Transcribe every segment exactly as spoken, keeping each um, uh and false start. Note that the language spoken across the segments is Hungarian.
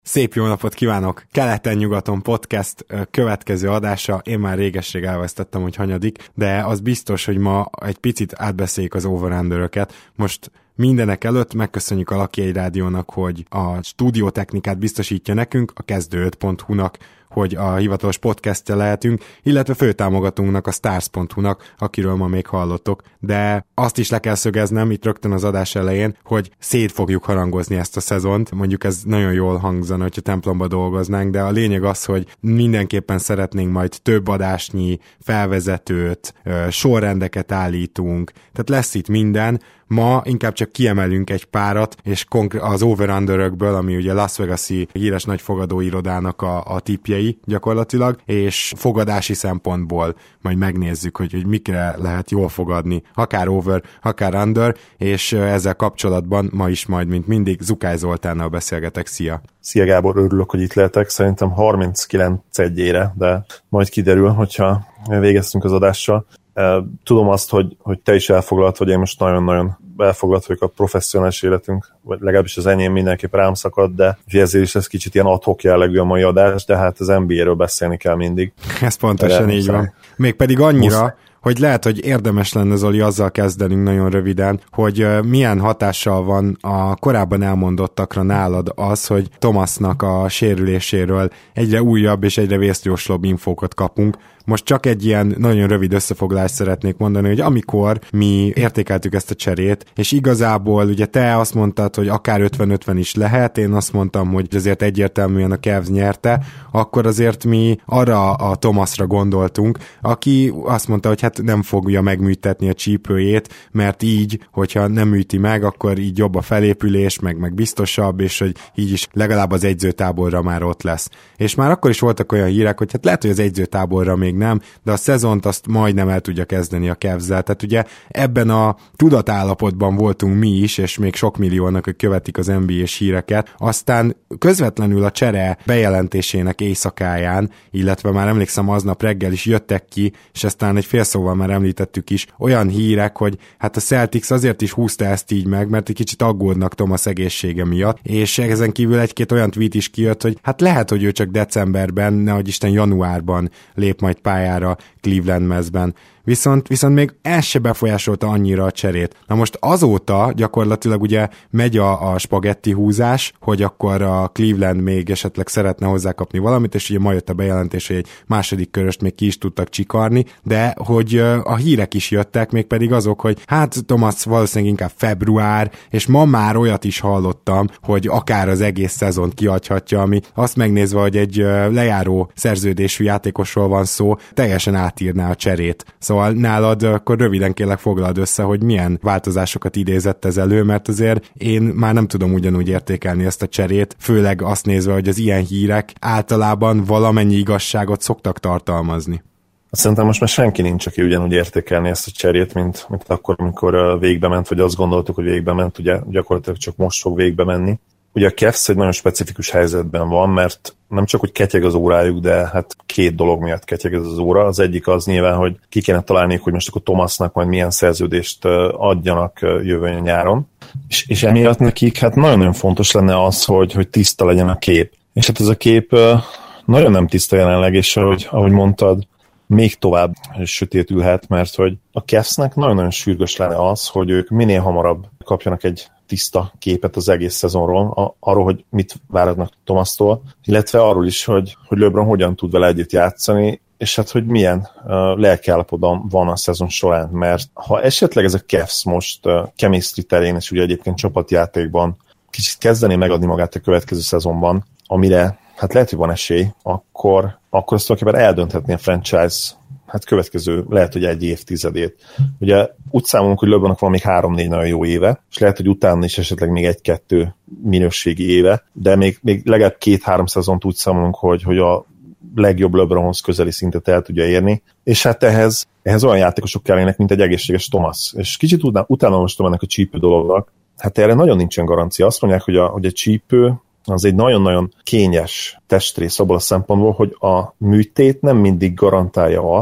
Szép jó napot kívánok! Keleten-nyugaton podcast következő adása. Én már réges-rég elvesztettem, hogy hanyadik, de az biztos, hogy ma egy picit átbeszéljük az over-underöket. Most mindenek előtt megköszönjük a Lucky egy Rádiónak, hogy a stúdiótechnikát biztosítja nekünk, a kezdő öt pont hu-nak, hogy a hivatalos podcastja lehetünk, illetve főtámogatónknak, a stars pont hu-nak, akiről ma még hallottok. De azt is le kell szögeznem itt rögtön az adás elején, hogy szét fogjuk harangozni ezt a szezont. Mondjuk ez nagyon jól hangzana, hogyha templomba dolgoznánk, de a lényeg az, hogy mindenképpen szeretnénk majd több adásnyi felvezetőt, sorrendeket állítunk, tehát lesz itt minden. Ma inkább csak kiemelünk egy párat, és konkr- az over-underökből, ami ugye Las Vegas-i híres nagy fogadóirodának a, a tipjei gyakorlatilag, és fogadási szempontból majd megnézzük, hogy, hogy mikre lehet jól fogadni, akár over, akár under, és ezzel kapcsolatban ma is majd, mint mindig, Zukály Zoltánnal beszélgetek. Szia! Szia Gábor, örülök, hogy itt lehetek. Szerintem harminckilenc egyére, de majd kiderül, hogyha végeztünk az adással. Tudom azt, hogy, hogy te is elfoglalt, vagy én most nagyon-nagyon elfoglalt vagyok a professzionális életünk, vagy legalábbis az enyém mindenképp rám szakad, de ezért is ez kicsit ilyen ad-hoc jellegű a mai adás, de hát az en bé á-ről beszélni kell mindig. Ez pontosan így van. Mégpedig annyira, hogy lehet, hogy érdemes lenne, Zoli, azzal kezdenünk nagyon röviden, hogy milyen hatással van a korábban elmondottakra nálad az, hogy Thomasnak a sérüléséről egyre újabb és egyre vészjóslóbb infókat kapunk. Most csak egy ilyen nagyon rövid összefoglalást szeretnék mondani, hogy amikor mi értékeltük ezt a cserét, és igazából ugye te azt mondtad, hogy akár ötven-ötven is lehet, én azt mondtam, hogy azért egyértelműen a Cavs nyerte, akkor azért mi arra a Thomasra gondoltunk, aki azt mondta, hogy hát nem fogja megműtetni a csípőjét, mert így, hogyha nem műti meg, akkor így jobb a felépülés, meg, meg biztosabb, és hogy így is legalább az edzőtáborra már ott lesz. És már akkor is voltak olyan hírek, hogy hát lehet, hogy az edzőtáborra még nem, de a szezont azt majdnem el tudja kezdeni a Cavs-zel. Tehát ugye ebben a tudatállapotban voltunk mi is, és még sok milliónak, hogy követik az en bé á-s híreket. Aztán közvetlenül a csere bejelentésének éjszakáján, illetve már emlékszem aznap reggel is jöttek ki, és aztán egy fél szóval már említettük is, olyan hírek, hogy hát a Celtics azért is húzta ezt így meg, mert egy kicsit aggódnak Thomas egészsége miatt, és ezen kívül egy-két olyan tweet is kijött, hogy hát lehet, hogy ő csak decemberben, nehogy Isten januárban lép majd pályára Cleveland mezben. Viszont, viszont még ez se befolyásolta annyira a cserét. Na most azóta gyakorlatilag ugye megy a, a spagetti húzás, hogy akkor a Cleveland még esetleg szeretne hozzákapni valamit, és ugye ma jött a bejelentés, hogy egy második köröst még ki is tudtak csikarni, de hogy a hírek is jöttek, még pedig azok, hogy hát Thomas valószínűleg inkább február, és ma már olyat is hallottam, hogy akár az egész szezont kiadhatja, ami azt megnézve, hogy egy lejáró szerződésű játékosról van szó, teljesen átírná a cserét. Szóval nálad akkor röviden kérlek foglald össze, hogy milyen változásokat idézett ez elő, mert azért én már nem tudom ugyanúgy értékelni ezt a cserét, főleg azt nézve, hogy az ilyen hírek általában valamennyi igazságot szoktak tartalmazni. Szerintem most már senki nincs, aki ugyanúgy értékelni ezt a cserét, mint, mint akkor, amikor végbe ment, vagy azt gondoltuk, hogy végbe ment, ugye gyakorlatilag csak most fog végbe menni. Ugye a Cavs egy nagyon specifikus helyzetben van, mert nem csak, hogy ketyeg az órájuk, de hát két dolog miatt ketyeg ez az óra. Az egyik az nyilván, hogy ki kéne találniuk, hogy most akkor Thomasnak majd milyen szerződést adjanak jövő nyáron. És, és emiatt nekik hát nagyon-nagyon fontos lenne az, hogy, hogy tiszta legyen a kép. És hát ez a kép nagyon nem tiszta jelenleg, és ahogy, ahogy mondtad, még tovább sötétülhet, mert hogy a Cavsnek nagyon-nagyon sürgős lenne az, hogy ők minél hamarabb kapjanak egy tiszta képet az egész szezonról, arról, hogy mit várnak Thomastól, illetve arról is, hogy, hogy LeBron hogyan tud vele együtt játszani, és hát, hogy milyen uh, lelkiállapotban van a szezon során, mert ha esetleg ez a Cavs most uh, chemistry terén, és ugye egyébként csapatjátékban kicsit kezdené megadni magát a következő szezonban, amire hát lehet, hogy van esély, akkor, akkor azt tulajdonképpen eldönthetné a franchise hát következő, lehet, hogy egy évtizedét. Ugye úgy számolunk, hogy LeBronnak van még három-négy nagyon jó éve, és lehet, hogy utána is esetleg még egy-kettő minőségi éve, de még, még legalább két-három szezont úgy számolunk, hogy, hogy a legjobb LeBronhoz közeli szintet el tudja érni, és hát ehhez, ehhez olyan játékosok kellenek, mint egy egészséges Thomas. És kicsit utána, utána mostom ennek a csípő dolognak, hát erre nagyon nincsen garancia. Azt mondják, hogy a, hogy a csípő az egy nagyon-nagyon kényes testrész abból a szempontból, hogy a műtét nem mindig garantálja azt,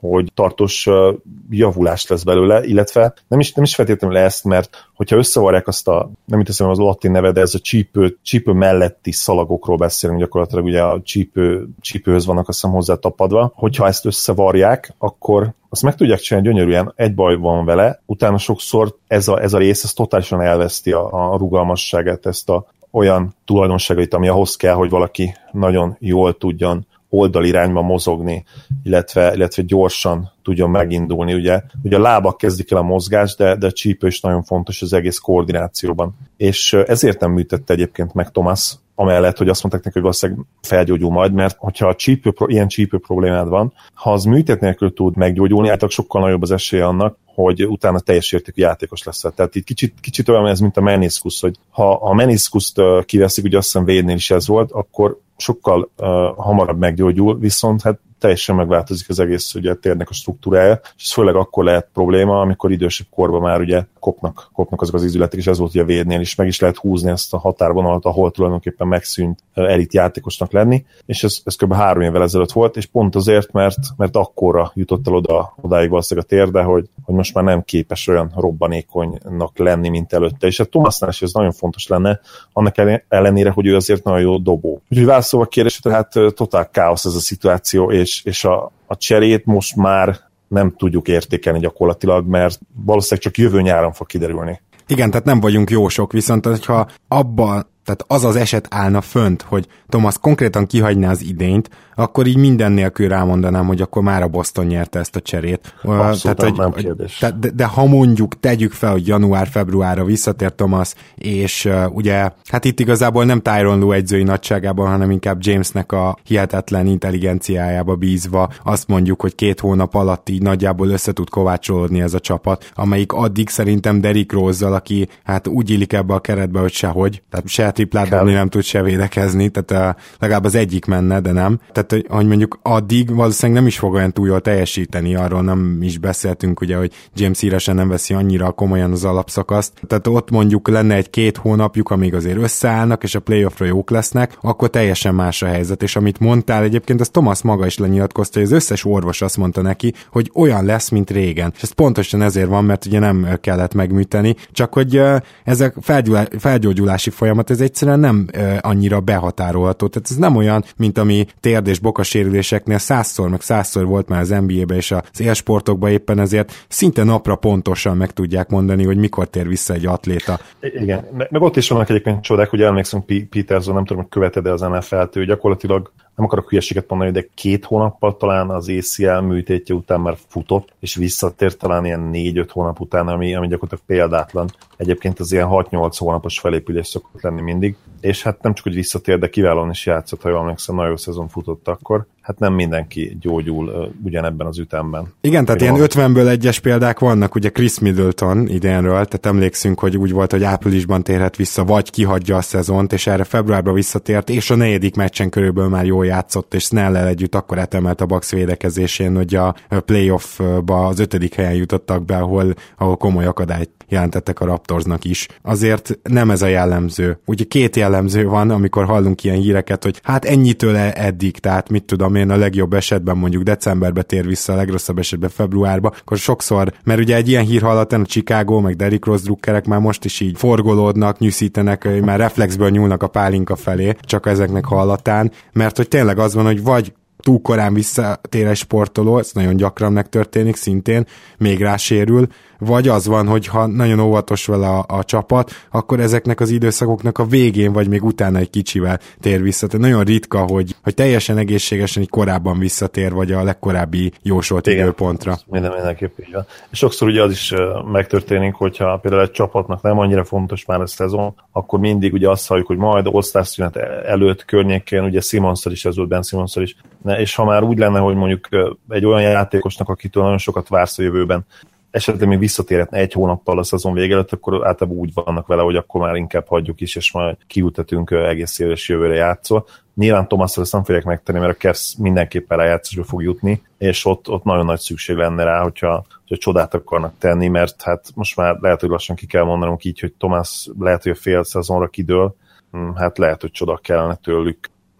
hogy tartós javulás lesz belőle, illetve nem is, nem is feltétlenül lesz, mert hogyha összevarják azt a, nem itt teszem az latin neve, de ez a csípő, csípő melletti szalagokról beszélünk, gyakorlatilag ugye a csípő, csípőhöz vannak azt hiszem hozzá tapadva, hogyha ezt összevarják, akkor azt meg tudják csinálni gyönyörűen, egy baj van vele, utána sokszor ez a, ez a rész, ez totálisan elveszti a, a rugalmasságát, ezt a olyan tulajdonságait, ami ahhoz kell, hogy valaki nagyon jól tudjon oldalirányba mozogni, illetve, illetve gyorsan tudjon megindulni. Ugye, ugye a lábak kezdik el a mozgást, de, de a csípő is nagyon fontos az egész koordinációban. És ezért nem műtette egyébként meg Thomas, amellett, hogy azt mondták neki, hogy valószínűleg felgyógyul majd, mert hogyha a csípő, ilyen csípő problémád van, ha az műtét nélkül tud meggyógyulni, általában sokkal nagyobb az esélye annak, hogy utána teljes értékű játékos lesz. Tehát itt kicsit, kicsit olyan ez, mint a meniszkusz, hogy ha a meniszkuszt kiveszik, ugye azt hiszem Védnél is ez volt, akkor sokkal uh, hamarabb meggyógyul, viszont hát teljesen megváltozik az egész ugye, térnek a struktúrája, és ez főleg akkor lehet probléma, amikor idősebb korban már ugye kopnak, kopnak azok az izületek, és ez volt ugye a Védnél is, meg is lehet húzni ezt a határvonalat, ahol tulajdonképpen megszűnt elit játékosnak lenni, és ez, ez kb. három évvel ezelőtt volt, és pont azért, mert, mert akkorra jutott el oda, odáig valószínűleg a térde, hogy, hogy most már nem képes olyan robbanékonynak lenni, mint előtte, és a Thomasnál is ez nagyon fontos lenne, annak ellenére, hogy ő azért nagyon jó dobó. Úgyhogy válaszolva a kérdésre, tehát totál káosz ez a szituáció, és, és a, a cserét most már nem tudjuk értékelni gyakorlatilag, mert valószínűleg csak jövő nyáron fog kiderülni. Igen, tehát nem vagyunk jósok, viszont hogyha abban, tehát az az eset állna fönt, hogy Thomas konkrétan kihagyná az idényt, akkor így minden nélkül rámondanám, hogy akkor már a Boston nyerte ezt a cserét. Abszolút, tehát, nem, hogy, nem kérdés. Hogy, de, de ha mondjuk tegyük fel, hogy január-februárra visszatér Thomas, és uh, ugye, hát itt igazából nem Tyronn Lue egyzői nagyságában, hanem inkább Jamesnek a hihetetlen intelligenciájába bízva azt mondjuk, hogy két hónap alatt így nagyjából össze tud kovácsolódni ez a csapat, amelyik addig szerintem Derrick Rose-zal, aki hát úgy illik ebbe a keretbe, hogy sehogy, tehát se triplát dobni nem tud se védekezni, tehát uh, legalább az egyik menne, de nem. Tehát, hogy mondjuk addig valószínűleg nem is fog olyan túl jól teljesíteni, arról nem is beszéltünk, ugye, hogy James szívesen nem veszi annyira komolyan az alapszakaszt. Tehát ott mondjuk lenne egy-két hónapjuk, amíg azért összeállnak, és a playoffra jók lesznek, akkor teljesen más a helyzet. És amit mondtál egyébként, az Thomas maga is lenyilatkozta, hogy az összes orvos azt mondta neki, hogy olyan lesz, mint régen. És ez pontosan ezért van, mert ugye nem kellett megműteni, csak hogy uh, ezek felgyógyulási folyamat, ez egyszerűen nem uh, annyira behatárolható. Tehát ez nem olyan, mint ami térd és bokasérüléseknél százszor, meg százszor volt már az en bé á-ben és az élsportokban, éppen ezért szinte napra pontosan meg tudják mondani, hogy mikor tér vissza egy atléta. Igen, meg ott is vannak egyébként csodák, hogy emlékszem Peterson, nem tudom, hogy követed-e az en ef el-t, ő gyakorlatilag nem akarok hülyeséget mondani, de két hónappal talán az á cé el műtétje után már futott, és visszatért talán ilyen négy-öt hónap után, ami, ami gyakorlatilag példátlan. Egyébként az ilyen hat-nyolc hónapos felépülés szokott lenni mindig, és hát nem csak, hogy visszatért, de kiválóan is játszott, ha jól emlékszem, nagyon jó szezon futott akkor. Hát nem mindenki gyógyul uh, ugyanebben az ütemben. Igen, tehát ilyen ötvenből egyes példák vannak, ugye Chris Middleton idénről, tehát emlékszünk, hogy úgy volt, hogy áprilisban térhet vissza, vagy kihagyja a szezont, és erre februárban visszatért, és a negyedik meccsen körülbelül már jól játszott, és Snell-el együtt akkor átemelt a Bucks védekezésén, hogy a playoffba az ötödik helyen jutottak be, ahol, ahol komoly akadályt jelentettek a Raptorsnak is. Azért nem ez a jellemző. Ugye két jellemző van, amikor hallunk ilyen híreket, hogy hát ennyitől eddig, tehát mit tudom én, a legjobb esetben mondjuk decemberbe tér vissza, a legrosszabb esetben februárba, akkor sokszor, mert ugye egy ilyen hír hallatán a Chicago, meg Derrick Rose drukkerek már most is így forgolódnak, nyűszítenek, már reflexből nyúlnak a pálinka felé, csak ezeknek hallatán, mert hogy tényleg az van, hogy vagy túl korán visszatér egy sportoló, ez nagyon gyakran megtörténik szintén, még rásérül, vagy az van, hogy ha nagyon óvatos vele a, a csapat, akkor ezeknek az időszakoknak a végén, vagy még utána egy kicsivel tér vissza. Tehát nagyon ritka, hogy, hogy teljesen egészségesen, hogy korábban visszatér, vagy a legkorábbi jósolt igen, időpontra. Minden mindenképp így van. És sokszor ugye az is megtörténik, hogyha például egy csapatnak nem annyira fontos már a szezon, akkor mindig ugye azt halljuk, hogy majd All-Star szünet előtt környékén, ugye Simonszal is ez volt, Ben Simonszal is, és ha már úgy lenne, hogy mondjuk egy olyan játékosnak, akitől nagyon sokat vársz a jövőben, esetleg még visszatérhetne egy hónappal a szezon vége előtt, akkor általában úgy vannak vele, hogy akkor már inkább hagyjuk is, és majd kiültetünk egész éves jövőre játszol. Nyilván Thomasról ezt nem fogják megtenni, mert a Cavs mindenképpen rájátszásba fog jutni, és ott, ott nagyon nagy szükség lenne rá, hogyha, hogyha csodát akarnak tenni, mert hát most már lehet, hogy lassan ki kell mondanunk így, hogy Thomas lehet, hogy a fél szezonra kidől, hát lehet, hogy csoda kellene tőlük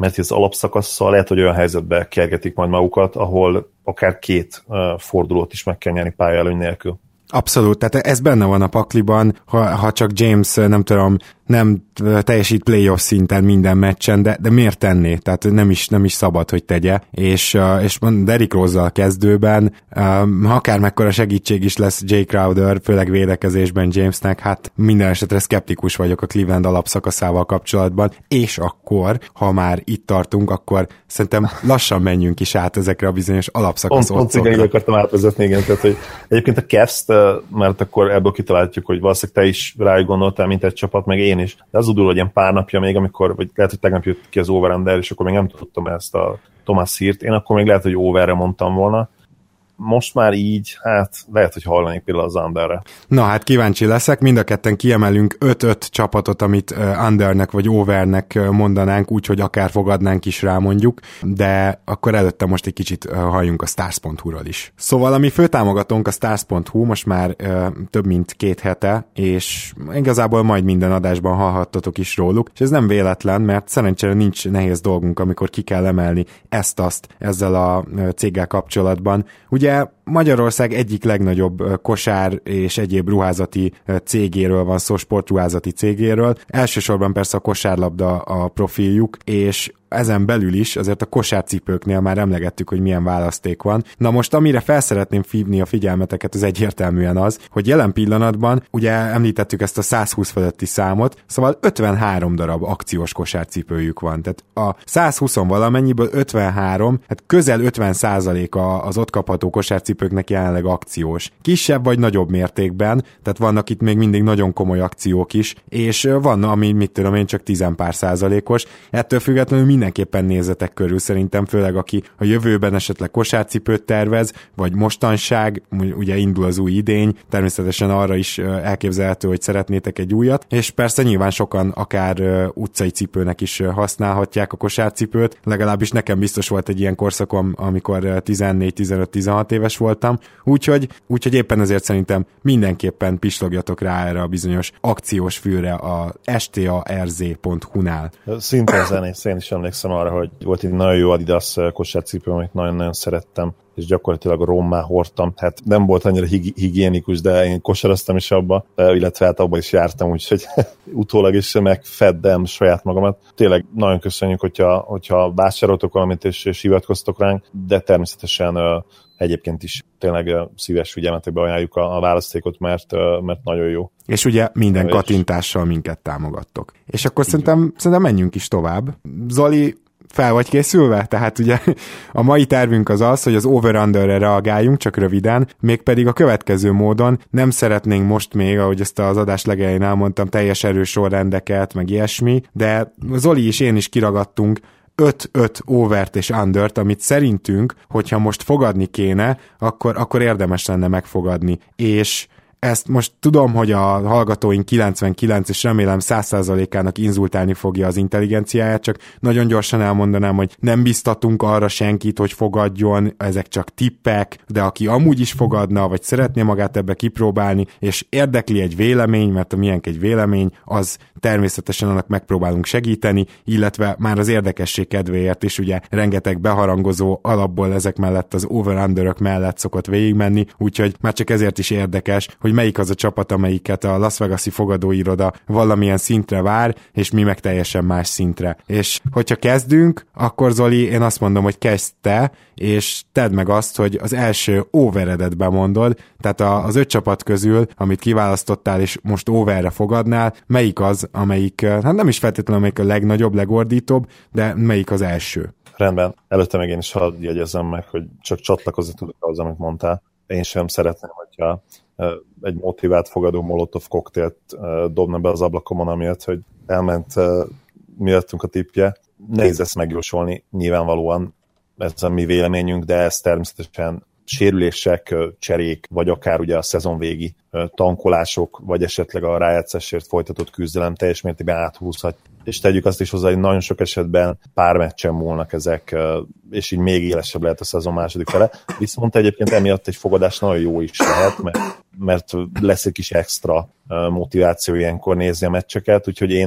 mert az alapszakasszal lehet, hogy olyan helyzetbe kergetik majd magukat, ahol akár két uh, fordulót is meg kell nyerni pályaelőny nélkül. Abszolút, tehát ez benne van a pakliban, ha, ha csak James, nem tudom, nem teljesít playoff szinten minden meccsen, de, de miért tenné? Tehát nem is, nem is szabad, hogy tegye. És, és Derrick Rose-zal kezdőben, akár mekkora segítség is lesz Jay Crowder, főleg védekezésben Jamesnek, hát minden esetre szkeptikus vagyok a Cleveland alapszakaszával kapcsolatban, és akkor, ha már itt tartunk, akkor szerintem lassan menjünk is át ezekre a bizonyos alapszakasz Pont, pont igen, akartam átvezetni, igen, tehát, hogy egyébként a Cavs-t, mert akkor ebből kitaláljuk, hogy valószínűleg te is rájuk gondoltál, mint egy csapat, meg én is. De az udul, hogy ilyen pár napja még, amikor, vagy lehet, hogy tegnap jött ki az over-under, és akkor még nem tudtam ezt a Thomas hírt. Én akkor még lehet, hogy overre mondtam volna. Most már így, hát lehet, hogy hallanék például az underre. Na hát kíváncsi leszek, mind a ketten kiemelünk öt-öt csapatot, amit undernek vagy overnek mondanánk, úgyhogy akár fogadnánk is rá mondjuk, de akkor előtte most egy kicsit halljunk a stars pont hu-ról is. Szóval a mi főtámogatónk a stars pont hu most már ö, több mint két hete, és igazából majd minden adásban hallhattatok is róluk, és ez nem véletlen, mert szerencsére nincs nehéz dolgunk, amikor ki kell emelni ezt-azt ezzel a céggel kapcsolatban. Ugye Magyarország egyik legnagyobb kosár és egyéb ruházati cégéről van szó, sportruházati cégéről. Elsősorban persze a kosárlabda a profiljuk, és ezen belül is azért a kosárcipőknél már emlegettük, hogy milyen választék van. Na most amire felszeretném hívni a figyelmeteket, az egyértelműen az, hogy jelen pillanatban, ugye említettük ezt a százhúsz fölötti számot, szóval ötvenhárom darab akciós kosárcipőjük van. Tehát a százhúsz valamennyiből ötvenhárom, hát közel ötven százaléka az ott kapható kosárcipőknek jelenleg akciós. Kisebb vagy nagyobb mértékben, tehát vannak itt még mindig nagyon komoly akciók is, és van, ami mit tudom én, csak tizenpár százalékos. Ettől függetlenül mindenképpen nézzetek körül, szerintem főleg aki a jövőben esetleg kosárcipőt tervez, vagy mostanság, ugye indul az új idény, természetesen arra is elképzelhető, hogy szeretnétek egy újat, és persze nyilván sokan akár utcai cipőnek is használhatják a kosárcipőt, legalábbis nekem biztos volt egy ilyen korszakom, amikor tizennégy tizenöt tizenhat éves voltam, úgyhogy, úgyhogy éppen ezért szerintem mindenképpen pislogjatok rá erre a bizonyos akciós fülre a es té á er zé pont hu-nál. Szintén zenész, én is emlékszem arra, hogy volt egy nagyon jó Adidas kosárcipő, amit nagyon-nagyon szerettem, és gyakorlatilag rommá hordtam. Hát nem volt annyira hig- higiénikus, de én kosaraztam is abba, illetve hát abba is jártam, úgyhogy utólag is megfeddem saját magamat. Tényleg nagyon köszönjük, hogyha, hogyha vásároltok valamit és, és hivatkoztok ránk, de természetesen uh, egyébként is tényleg uh, szíves figyelmetekbe ajánljuk a, a választékot, mert, uh, mert nagyon jó. És ugye minden kattintással minket támogattok. És akkor szerintem, szerintem menjünk is tovább. Zoli, fel vagy készülve? Tehát ugye a mai tervünk az az, hogy az over-underre reagáljunk, csak röviden, mégpedig a következő módon nem szeretnénk most még, ahogy ezt az adás legelején elmondtam, teljes erős sorrendeket, meg ilyesmi, de Zoli és én is kiragadtunk öt-öt overt és undert, amit szerintünk, hogyha most fogadni kéne, akkor, akkor érdemes lenne megfogadni. És ezt most tudom, hogy a hallgatóink kilencvenkilenc és remélem száz százalékának inzultálni fogja az intelligenciáját, csak nagyon gyorsan elmondanám, hogy nem biztatunk arra senkit, hogy fogadjon, ezek csak tippek, de aki amúgy is fogadna, vagy szeretné magát ebbe kipróbálni, és érdekli egy vélemény, mert a miénk egy vélemény, az természetesen annak megpróbálunk segíteni, illetve már az érdekesség kedvéért is ugye rengeteg beharangozó alapból ezek mellett az over-underök mellett szokott végigmenni, úgyhogy már csak ezért is érdekes, hogy melyik az a csapat, amelyiket a Las Vegas-i fogadóiroda valamilyen szintre vár, és mi meg teljesen más szintre. És hogyha kezdünk, akkor Zoli, én azt mondom, hogy kezd te, és tedd meg azt, hogy az első overedet bemondod, tehát az öt csapat közül, amit kiválasztottál, és most overre fogadnál, melyik az, amelyik, hát nem is feltétlenül amelyik a legnagyobb, legordítóbb, de melyik az első? Rendben. Előtte meg én is hadd jegyezzem meg, hogy csak csatlakozni tudok ahhoz, amit mondtál. Én sem szeretném, hogyha egy motivált fogadó molotov koktélt dobna be az ablakomon, amiatt, hogy elment miattunk a tippje. Nehéz ezt megjósolni, nyilvánvalóan ez a mi véleményünk, de ez természetesen sérülések, cserék, vagy akár ugye a szezonvégi tankolások, vagy esetleg a rájátszásért folytatott küzdelem teljes mértékben áthúzhat. És tegyük azt is hozzá, hogy nagyon sok esetben pár meccsen múlnak ezek, és így még élesebb lehet a szezon második fele. Viszont egyébként emiatt egy fogadás nagyon jó is lehet, mert, mert lesz egy kis extra motiváció ilyenkor nézni a meccseket, úgyhogy én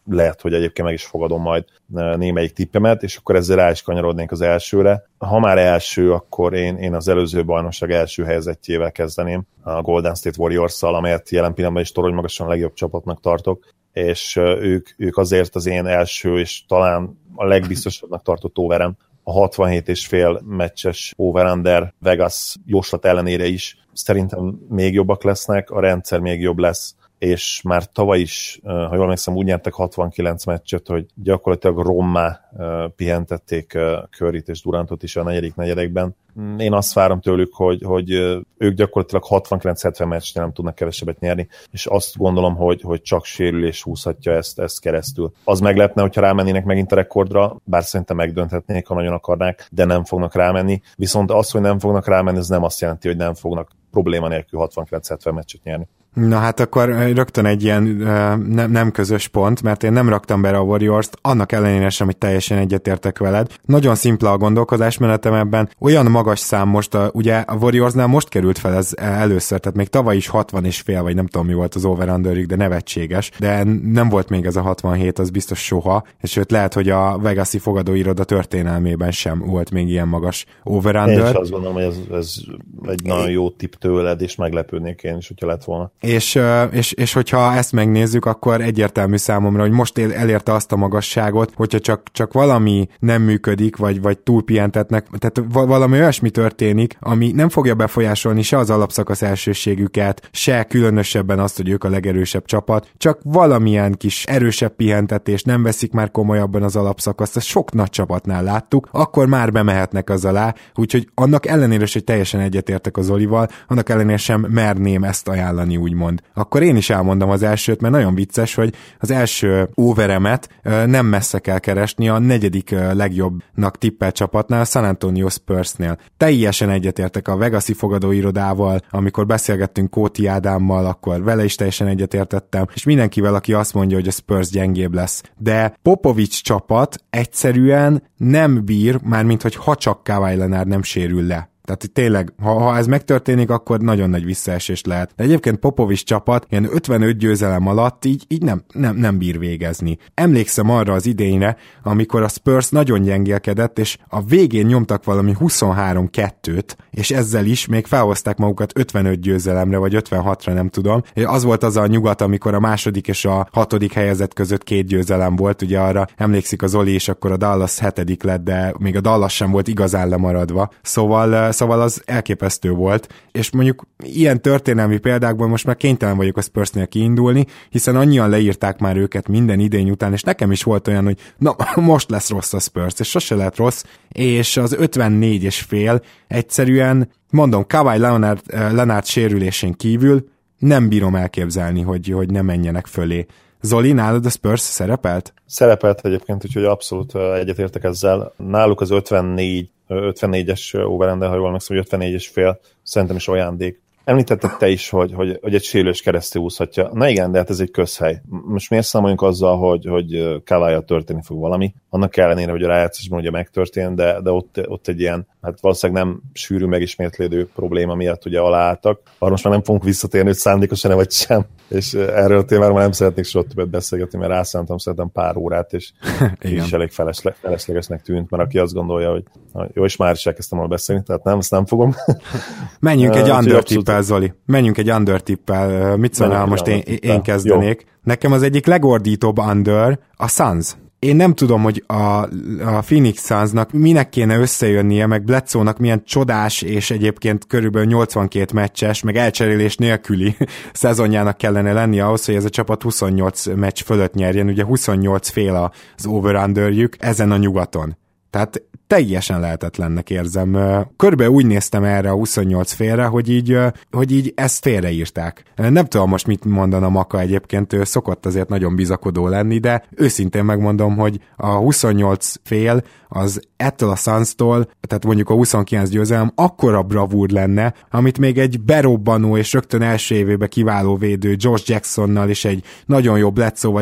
lehet, hogy egyébként meg is fogadom majd némelyik tippemet, és akkor ezzel rá is kanyarodnénk az elsőre. Ha már első, akkor én, én az előző bajnokság első helyezettjével kezdeném, a Golden State Warriors-szal, amelyet jelen pillanatban is torony magasan a legjobb csapatnak tartok, és ők, ők azért az én első, és talán a legbiztosabbnak tartott overem, a hatvanhét és fél meccses over-under Vegas jóslat ellenére is szerintem még jobbak lesznek, a rendszer még jobb lesz, és már tavaly is, ha jól emlékszem, úgy nyertek hatvankilenc meccset, hogy gyakorlatilag rommá pihentették Curryt és Durantot is a negyedik negyedekben. Én azt várom tőlük, hogy, hogy ők gyakorlatilag hatvankilenc-hetven meccsnél nem tudnak kevesebbet nyerni, és azt gondolom, hogy, hogy csak sérülés húzhatja ezt, ezt keresztül. Az meglepne, hogyha rámennének megint a rekordra, bár szerintem megdönthetnék, ha nagyon akarnák, de nem fognak rámenni. Viszont az, hogy nem fognak rámenni, ez nem azt jelenti, hogy nem fognak probléma nélkül hatvankilenc-hetven meccset nyerni. Na hát akkor rögtön egy ilyen uh, nem, nem közös pont, mert én nem raktam be a Warriors-t, annak ellenére sem, hogy teljesen egyetértek veled. Nagyon szimpla a gondolkodásmenetem ebben. Olyan magas szám most, a, ugye a Warriorsnál most került fel ez először, tehát még tavaly is hatvan és fél, vagy nem tudom mi volt az over-underük, de nevetséges. De nem volt még ez a hatvanhét, az biztos soha, és sőt lehet, hogy a Vegas-i fogadóiroda történelmében sem volt még ilyen magas over-under. Én is azt gondolom, hogy ez, ez egy nagyon jó tipp tőled, és meglepődnék én is, hogyha lett volna. És, és, és hogyha ezt megnézzük, akkor egyértelmű számomra, hogy most elérte azt a magasságot, hogyha csak, csak valami nem működik, vagy, vagy túlpihentetnek, tehát valami olyasmi történik, ami nem fogja befolyásolni se az alapszakasz elsőségüket, se különösebben azt, hogy ők a legerősebb csapat, csak valamilyen kis erősebb pihentetés, nem veszik már komolyabban az alapszakaszt, ezt sok nagy csapatnál láttuk, akkor már bemehetnek az alá, úgyhogy annak ellenére, hogy teljesen egyetértek az Olival, annak ellenére sem merném ezt ajánlani, úgy mond. Akkor én is elmondom az elsőt, mert nagyon vicces, hogy az első overemet nem messze kell keresni a negyedik legjobbnak tippelt csapatnál, a San Antonio Spursnél. Teljesen egyetértek a Vegas-i fogadóirodával, amikor beszélgettünk Kóti Ádámmal, akkor vele is teljesen egyetértettem, és mindenkivel, aki azt mondja, hogy a Spurs gyengébb lesz. De Popovics csapat egyszerűen nem bír, mármint hogy ha csak Kawhi Leonard nem sérül le. Tehát tényleg, ha, ha ez megtörténik, akkor nagyon nagy visszaesés lehet. De egyébként Popovics csapat ilyen ötvenöt győzelem alatt így, így nem, nem, nem bír végezni. Emlékszem arra az idényre, amikor a Spurs nagyon gyengélkedett, és a végén nyomtak valami huszonhárom kettőt, és ezzel is még felhozták magukat ötvenöt győzelemre, vagy ötvenhatra, nem tudom. Az volt az a nyugat, amikor a második és a hatodik helyezett között két győzelem volt, ugye arra emlékszik az Oli, és akkor a Dallas hetedik lett, de még a Dallas sem volt igazán lemaradva. Szóval Szóval az elképesztő volt, és mondjuk ilyen történelmi példákból most már kénytelen vagyok a Spursnél kiindulni, hiszen annyian leírták már őket minden idény után, és nekem is volt olyan, hogy na, most lesz rossz a Spurs, és sose lett rossz, és az ötvennégy és fél egyszerűen, mondom, Kawhi Leonard, Leonard sérülésén kívül nem bírom elképzelni, hogy, hogy ne menjenek fölé. Zoli, nálad a Spurs szerepelt? Szerepelt egyébként, úgyhogy abszolút egyetértek ezzel. Náluk az ötvennégy, ötvennégyes overrender, ha jól megszól, hogy ötvennégy és fél, szerintem is ajándék. Említetted te is, hogy, hogy, hogy egy sérülés keresztül úszhatja. Na igen, de hát ez egy közhely. Most miért számoljunk azzal, hogy, hogy Kawhi-jal történni fog valami? Annak ellenére, hogy a rájátszásban ugye megtörtént, de, de ott, ott egy ilyen, hát valószínűleg nem sűrű megismétlődő probléma miatt ugye aláálltak. Arra most már nem fogunk visszatérni, hogy szándékosan-e vagy sem. És erről a témáról már nem szeretnék soha többet beszélgetni, mert rászántam szerintem pár órát, és is elég felesle, feleslegesnek tűnt, mert aki azt gondolja, hogy jó, és már is elkezdtem volna beszélni, tehát nem, ezt nem fogom. Menjünk egy under tippel, Zoli. Menjünk egy under tippel. Mit szólnál most én, én kezdenék? Jó. Nekem az egyik legordítóbb under a Suns. Én nem tudom, hogy a, a Phoenix Sunsnak minek kéne összejönnie, meg Bledsoe-nak milyen csodás és egyébként körülbelül nyolcvankét meccses, meg elcserélés nélküli szezonjának kellene lennie ahhoz, hogy ez a csapat huszonnyolc meccs fölött nyerjen, ugye huszonnyolc fél az over-underjük ezen a nyugaton. Tehát teljesen lehetetlennek érzem. Körülbelül úgy néztem erre a huszonnyolc félre, hogy így, hogy így ezt félreírták. Nem tudom most mit mondana Maka egyébként, ő szokott azért nagyon bizakodó lenni, de őszintén megmondom, hogy a huszonnyolc fél az ettől a Suns-tól, tehát mondjuk a huszonkilenc győzelem akkora bravúr lenne, amit még egy berobbanó és rögtön első évébe kiváló védő Josh Jacksonnal és egy nagyon jó Bledsoe-val is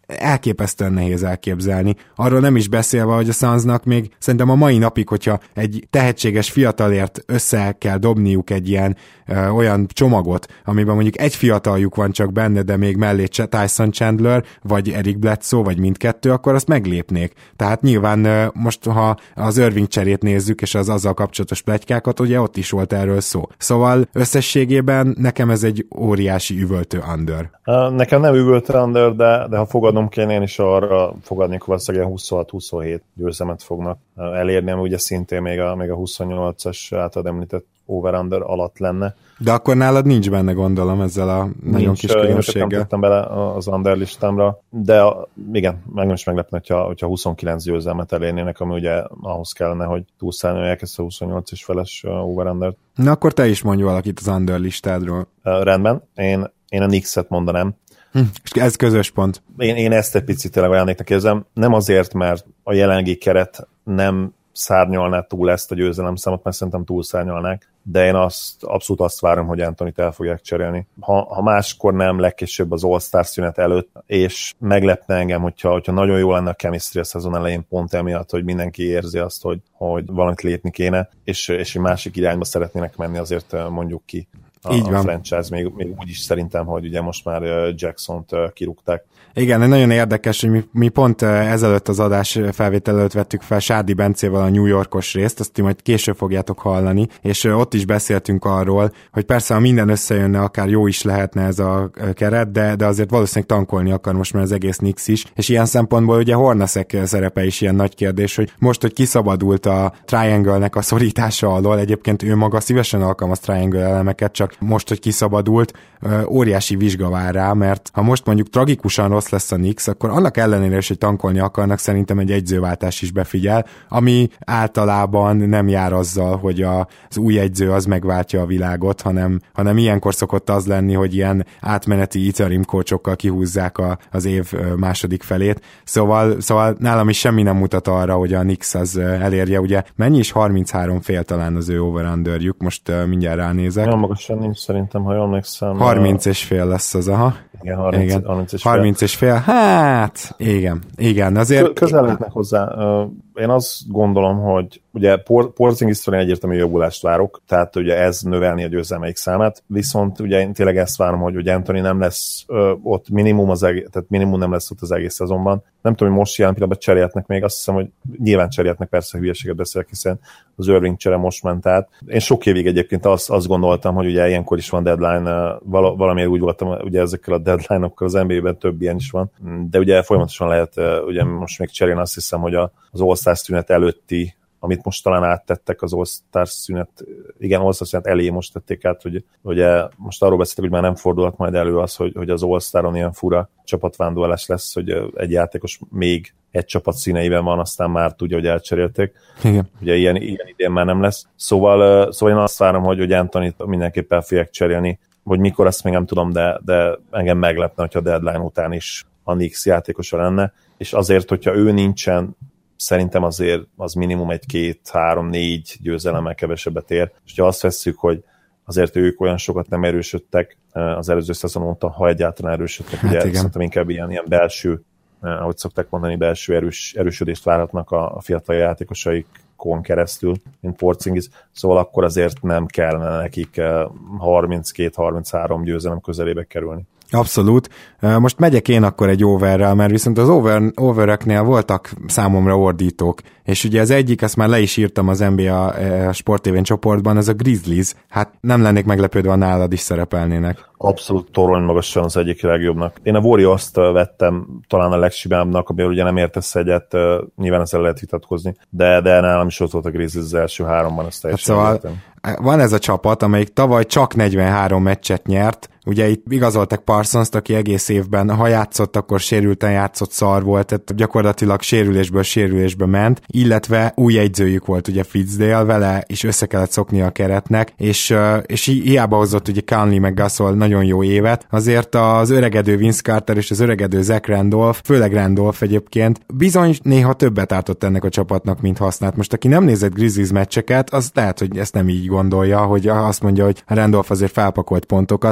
elképesztően nehéz elképzelni. Arról nem is beszélve, hogy a Sunsnak még szerintem a mai napig, hogyha egy tehetséges fiatalért össze kell dobniuk egy ilyen ö, olyan csomagot, amiben mondjuk egy fiataljuk van csak benne, de még mellé Tyson Chandler, vagy Eric Bledsoe, vagy mindkettő, akkor azt meglépnék. Tehát nyilván ö, most, ha az Irving cserét nézzük, és az azzal kapcsolatos pletykákat, ugye ott is volt erről szó. Szóval összességében nekem ez egy óriási üvöltő under. Nekem nem üvöltő under, de, de ha fogadnom kéne, én is arra fogadnék, hogy valószínűleg huszonhat huszonhét győzelmet fognak elérni, ami ugye szintén még a, még a huszonnyolcas által említett over-under alatt lenne. De akkor nálad nincs benne, gondolom, ezzel a nagyon nincs, kis különbséggel. Én nem tettem bele az under listámra, de igen, meg nem is meglepne, hogyha, hogyha huszonkilenc győzelmet elérnének, ami ugye ahhoz kellene, hogy túlszállják ezt a huszonnyolc és feles over-undert. Na akkor te is mondj valakit az under listádról. Uh, rendben, én, én a Knicks-et mondanám. Hm, és ez közös pont. Én, én ezt egy picit tényleg olyanéknek érzem, nem azért, mert a jelenlegi keret nem szárnyalná túl ezt a győzelemszámot, mert szerintem túl szárnyalnák, de én azt, abszolút azt várom, hogy Anthonyt el fogják cserélni. Ha, ha máskor nem, legkésőbb az All-Star szünet előtt, és meglepne engem, hogyha, hogyha nagyon jó lenne a chemistry a szezon elején pont emiatt, hogy mindenki érzi azt, hogy, hogy valamit lépni kéne, és, és egy másik irányba szeretnének menni, azért mondjuk ki a, Így van. a franchise, még, még úgy is szerintem, hogy ugye most már Jacksont kirúgták. Igen, nagyon érdekes, hogy mi, mi pont ezelőtt az adás felvétel előtt vettük fel Sárdi Bencével a New Yorkos részt, azt ti majd később fogjátok hallani, és ott is beszéltünk arról, hogy persze, ha minden összejönne, akár jó is lehetne ez a keret, de, de azért valószínűleg tankolni akar most már az egész Knicks is, és ilyen szempontból ugye Hornacek szerepe is ilyen nagy kérdés, hogy most, hogy kiszabadult a Triangle-nek a szorítása alól, egyébként ő maga szívesen alkalmaz Triangle elemeket, csak most, hogy kiszabadult, óriási vizsga vár rá, mert ha most mondjuk tragikusan rossz lesz a Knicks, akkor annak ellenére is, hogy tankolni akarnak, szerintem egy egyzőváltás is befigyel, ami általában nem jár azzal, hogy a, az új egyző az megváltja a világot, hanem, hanem ilyenkor szokott az lenni, hogy ilyen átmeneti interim coachokkal kihúzzák a, az év második felét. Szóval, szóval nálam is semmi nem mutat arra, hogy a Knicks az elérje, ugye mennyi is harminchárom fél talán az ő over-underjük, most uh, mindjárt ránézek. Nem magasan nincs szerintem, ha jól emlékszem. harminc és fél lesz az, aha. Igen, harminc, igen. harminc és fél. harminc és fél. Hát, igen, igen, azért... Közel lehetnek hozzá. Én azt gondolom, hogy ugye Porzingistől én egyértelmű jobbulást várok, tehát ugye ez növelni a győzelmeik számát, viszont ugye én tényleg ezt várom, hogy ugye Anthony nem lesz ö, ott minimum az egész, tehát minimum nem lesz ott az egész szezonban. Nem tudom, hogy most jelen pillanatban cserélhetnek még, azt hiszem, hogy nyilván cserélhetnek, persze hülyeséget beszélek, hiszen az Irving csere most ment át. Én sok évig egyébként azt, azt gondoltam, hogy ugye ilyenkor is van deadline, val- valamiért úgy voltam, ugye ezekkel a deadline-okkal az en bé á-ben több ilyen is van, de ugye folyamatosan lehet, ugye most még cserélni, azt hiszem, hogy az All-Star szünet előtti, amit most talán áttettek az All-Star szünet, igen, All-Star szünet elé most tették át, hogy ugye most arról beszéltek, hogy már nem fordulhat majd elő az, hogy, hogy az All-Staron ilyen fura csapatvándorlás lesz, hogy egy játékos még egy csapat színeiben van, aztán már tudja, hogy elcserélték. Igen. Ugye ilyen, ilyen idén már nem lesz. Szóval, szóval én azt várom, hogy, hogy Anthonyt mindenképpen fogják cserélni, hogy mikor, azt még nem tudom, de, de engem meglepne, hogyha a deadline után is a Knicks játékosa lenne, és azért, hogyha ő nincsen, szerintem azért az minimum egy két, három, négy győzelemmel kevesebbet ér. És ha azt vesszük, hogy azért ők olyan sokat nem erősödtek az előző szezon óta, ha egyáltalán erősödtek, hát ugye igen. Szerintem inkább ilyen, ilyen belső, ahogy szokták mondani, belső erős, erősödést várhatnak a, a fiatal játékosaikon keresztül, mint Porzingis, szóval akkor azért nem kellene nekik harminckét harminchárom győzelem közelébe kerülni. Abszolút. Most megyek én akkor egy overrel, mert viszont az over, overeknél voltak számomra ordítók, és ugye az egyik, ezt már le is írtam az en bé á Sport té vén csoportban, az a Grizzlies. Hát nem lennék meglepődve, ha nálad is szerepelnének. Abszolút torony magasan az egyik legjobbnak. Én a Warriors-t vettem talán a legsimábbnak, amivel ugye nem értesz egyet, nyilván ezzel lehet vitatkozni, de, de nálam is ott volt a Grizzlies az első háromban, azt teljesen hát szóval értem. Van ez a csapat, amelyik tavaly csak negyvenhárom meccset nyert, ugye itt igazoltak Parsons-t, aki egész évben, ha játszott, akkor sérülten játszott, szar volt, tehát gyakorlatilag sérülésből sérülésbe ment, illetve új egyzőjük volt ugye Fitzdale, vele is össze kellett szoknia a keretnek, és, és hiába hozott ugye Conley meg Gasol nagyon jó évet, azért az öregedő Vince Carter és az öregedő Zach Randolph, főleg Randolph egyébként, bizony néha többet ártott ennek a csapatnak, mint használt. Most aki nem nézett Grizzlies meccseket, az lehet, hogy ezt nem így gondolja, hogy azt mondja, hogy Randolph azért felpakolt pontokat. Olyan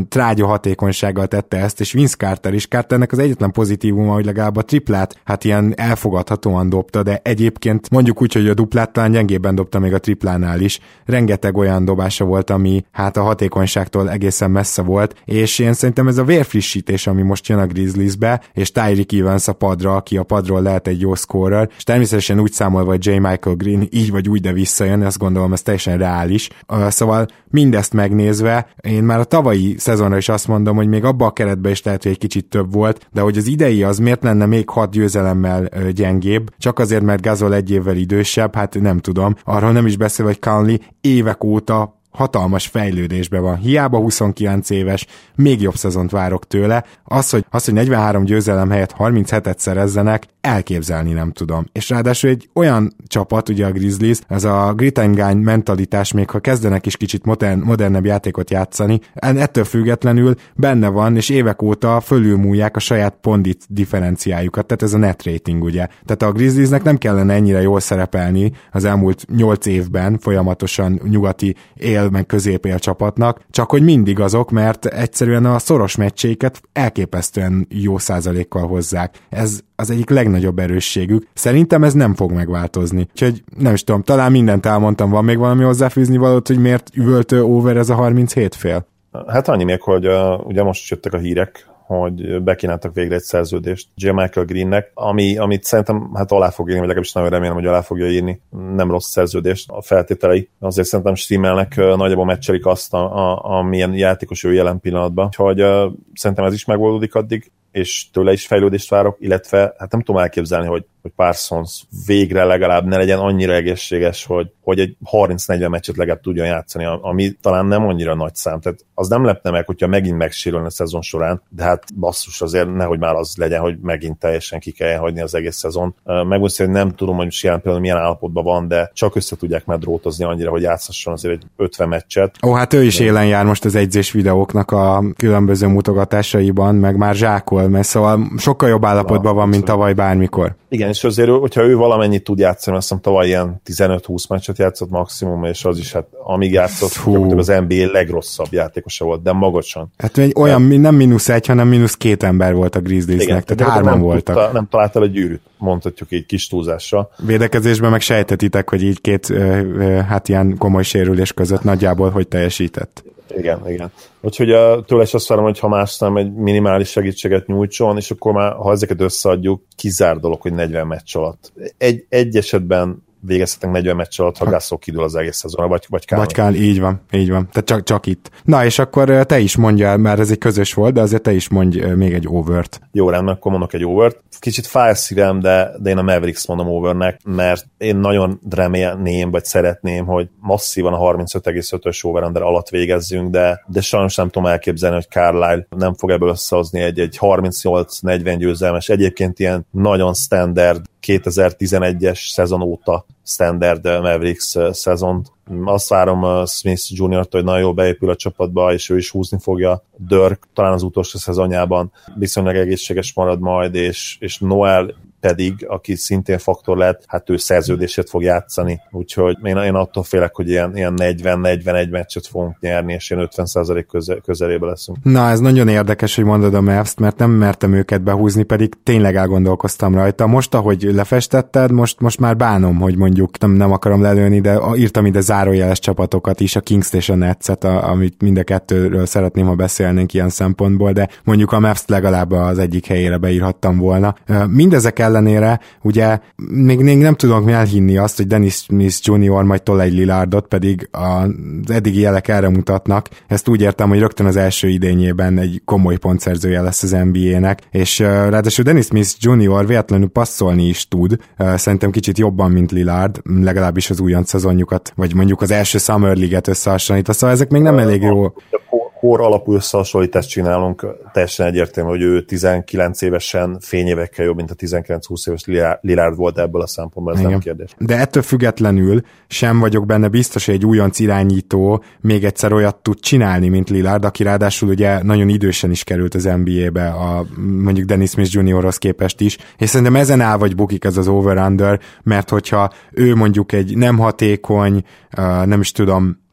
olyan trágya hatékonysággal tette ezt, és Vince Carter is. Carternek az egyetlen pozitívuma, hogy legalább a triplát hát ilyen elfogadhatóan dobta, de egyébként mondjuk úgy, hogy a duplát talán gyengébben dobta még a triplánál is. Rengeteg olyan dobása volt, ami hát a hatékonyságtól egészen messze volt, és én szerintem ez a vérfrissítés, ami most jön a Grizzliesbe, és Tyreek Evans a padra, aki a padról lehet egy jó scorer, és természetesen úgy számolva, hogy J. Michael Green így vagy úgy, de visszajön, azt gondolom, ez teljesen reális. Szóval mindezt megnézve, én már a tavalyi szezonra is azt mondom, hogy még abba a keretben is lehet, hogy egy kicsit több volt, de hogy az idei az miért lenne még hat győzelemmel gyengébb, csak azért, mert Gasol egy évvel idősebb, hát nem tudom. Arról nem is beszél, hogy Conley évek óta hatalmas fejlődésben van. Hiába huszonkilenc éves, még jobb szezont várok tőle. Az, hogy, az, hogy negyvenhárom győzelem helyett harminchetet szerezzenek, elképzelni nem tudom. És ráadásul egy olyan csapat, ugye a Grizzlies, ez a grit and grind mentalitás, még ha kezdenek is kicsit modern, modernebb játékot játszani, ettől függetlenül benne van, és évek óta fölülmúlják a saját pondit differenciájukat, tehát ez a net rating, ugye. Tehát a Grizzliesnek nem kellene ennyire jól szerepelni az elmúlt nyolc évben folyamatosan nyugati él meg középél csapatnak, csak hogy mindig azok, mert egyszerűen a szoros meccséket elképesztően jó százalékkal hozzák. Ez az egyik legnagyobb erősségük. Szerintem ez nem fog megváltozni. Úgyhogy nem is tudom, talán mindent elmondtam, van még valami hozzáfűzni valót, hogy miért üvöltő over ez a harminchét fél? Hát annyi még, hogy uh, ugye most jöttek a hírek, hogy bekínáltak végre egy szerződést J. Michael Greennek, ami, amit szerintem hát alá fog írni, vagy legalábbis nagyon remélem, hogy alá fogja írni. Nem rossz szerződést, a feltételei. Azért szerintem stimmelnek, nagyjából meccselik azt, a, a, amilyen játékos ő jelen pillanatban. Úgyhogy uh, szerintem ez is megoldódik addig, és tőle is fejlődést várok, illetve hát nem tudom elképzelni, hogy, hogy Parsons végre legalább ne legyen annyira egészséges, hogy, hogy egy harminc-negyven meccset legalább tudjon játszani, ami talán nem annyira nagy szám. Tehát az nem lepne meg, hogyha megint megsérülne a szezon során, de hát basszus azért nehogy már az legyen, hogy megint teljesen ki kell hagyni az egész szezon. Megmondom, hogy nem tudom, hogy most jelen például milyen állapotban van, de csak össze tudják már drótozni annyira, hogy játszhasson azért egy ötven meccset. Ó, hát ő is élen jár most az edzés videóknak a különböző mutogatásaiban, meg már zsákol, mert szóval sokkal jobb állapotban van, mint tavaly bármikor. Igen, és azért, hogyha ő valamennyit tud játszani, azt hiszem tavaly ilyen tizenöt-húsz meccset játszott maximum, és az is hát amíg játszott, az en bé á legrosszabb játékosa volt, de magasan. Hát egy olyan tehát, nem mínusz egy, hanem mínusz két ember volt a Grizzliesnek, tehát hárman nem voltak. Tudta, nem talált el a gyűrűt, mondhatjuk így kis túlzással. Védekezésben meg sejtetitek, hogy így két hát ilyen komoly sérülés között nagyjából hogy teljesített. Igen, igen. Úgyhogy tőle is azt várom, hogy ha más nem egy minimális segítséget nyújtson, és akkor már, ha ezeket összeadjuk, kizár dolog, hogy negyven meccs alatt. Egy, egy esetben végezhetnek negyven meccs alatt, ha Gasol kidől az egész szezonra, vagy, vagy Kál. Vagy Kál, így van, így van. Tehát csak, csak itt. Na, és akkor te is mondjál, mert ez egy közös volt, de azért te is mondj még egy overt. Jó, rendben, akkor mondok egy overt. Kicsit fáj a szívem, de, de én a Mavericks mondom overnek, mert én nagyon remélném, vagy szeretném, hogy masszívan a harmincöt egész ötös over-under alatt végezzünk, de, de sajnos nem tudom elképzelni, hogy Carlisle nem fog ebből összehozni egy, egy harmincnyolc-negyven győzelmes, egyébként ilyen nagyon standard kétezer-tizenegyes szezon óta standard Mavericks szezont. Azt várom Smith junior-tól, hogy nagyon jól beépül a csapatba, és ő is húzni fogja. Dirk talán az utolsó szezonjában viszonylag egészséges marad majd, és, és Noel pedig, aki szintén faktor lehet, hát ő szerződését fog játszani, úgyhogy én, én attól félek, hogy ilyen, ilyen negyven-negyvenegy meccset fogunk nyerni, és ilyen ötven százalék köze, közelébe leszünk. Na, ez nagyon érdekes, hogy mondod a Mavs-t, mert nem mertem őket behúzni, pedig tényleg elgondolkoztam rajta. Most, ahogy lefestetted, most, most már bánom, hogy mondjuk nem, nem akarom lelőni, de írtam ide zárójeles csapatokat is, a Kings és a Netset, amit mind a kettőről szeretném, ha beszélnénk ilyen szempontból, de mondjuk a Mavs-t legalább az egyik helyére beírhattam volna. Mindezek ellenére, ugye még, még nem tudom elhinni azt, hogy Dennis Smith junior majd tol egy Lillardot, pedig az eddigi jelek erre mutatnak. Ezt úgy értem, hogy rögtön az első idényében egy komoly pontszerzője lesz az en bé á-nek, és uh, ráadásul Dennis Smith junior véletlenül passzolni is tud, uh, szerintem kicsit jobban, mint Lillard, legalábbis az újonc szezonjukat, vagy mondjuk az első Summer League-et összehasonlítva, szóval ezek még nem elég jó. Kor alapú összehasonlítást csinálunk, teljesen egyértelmű, hogy ő tizenkilenc évesen fényévekkel jobb, mint a tizenkilenc-húsz éves Lillard volt ebből a szempontból, ez igen. Nem kérdés. De ettől függetlenül sem vagyok benne biztos, hogy egy újonc irányító még egyszer olyat tud csinálni, mint Lillard, aki ráadásul ugye nagyon idősen is került az en bé á-be, a, mondjuk Dennis Smith juniorhoz képest is, és szerintem ezen áll vagy bukik ez az over-under, mert hogyha ő mondjuk egy nem hatékony, nem is tudom,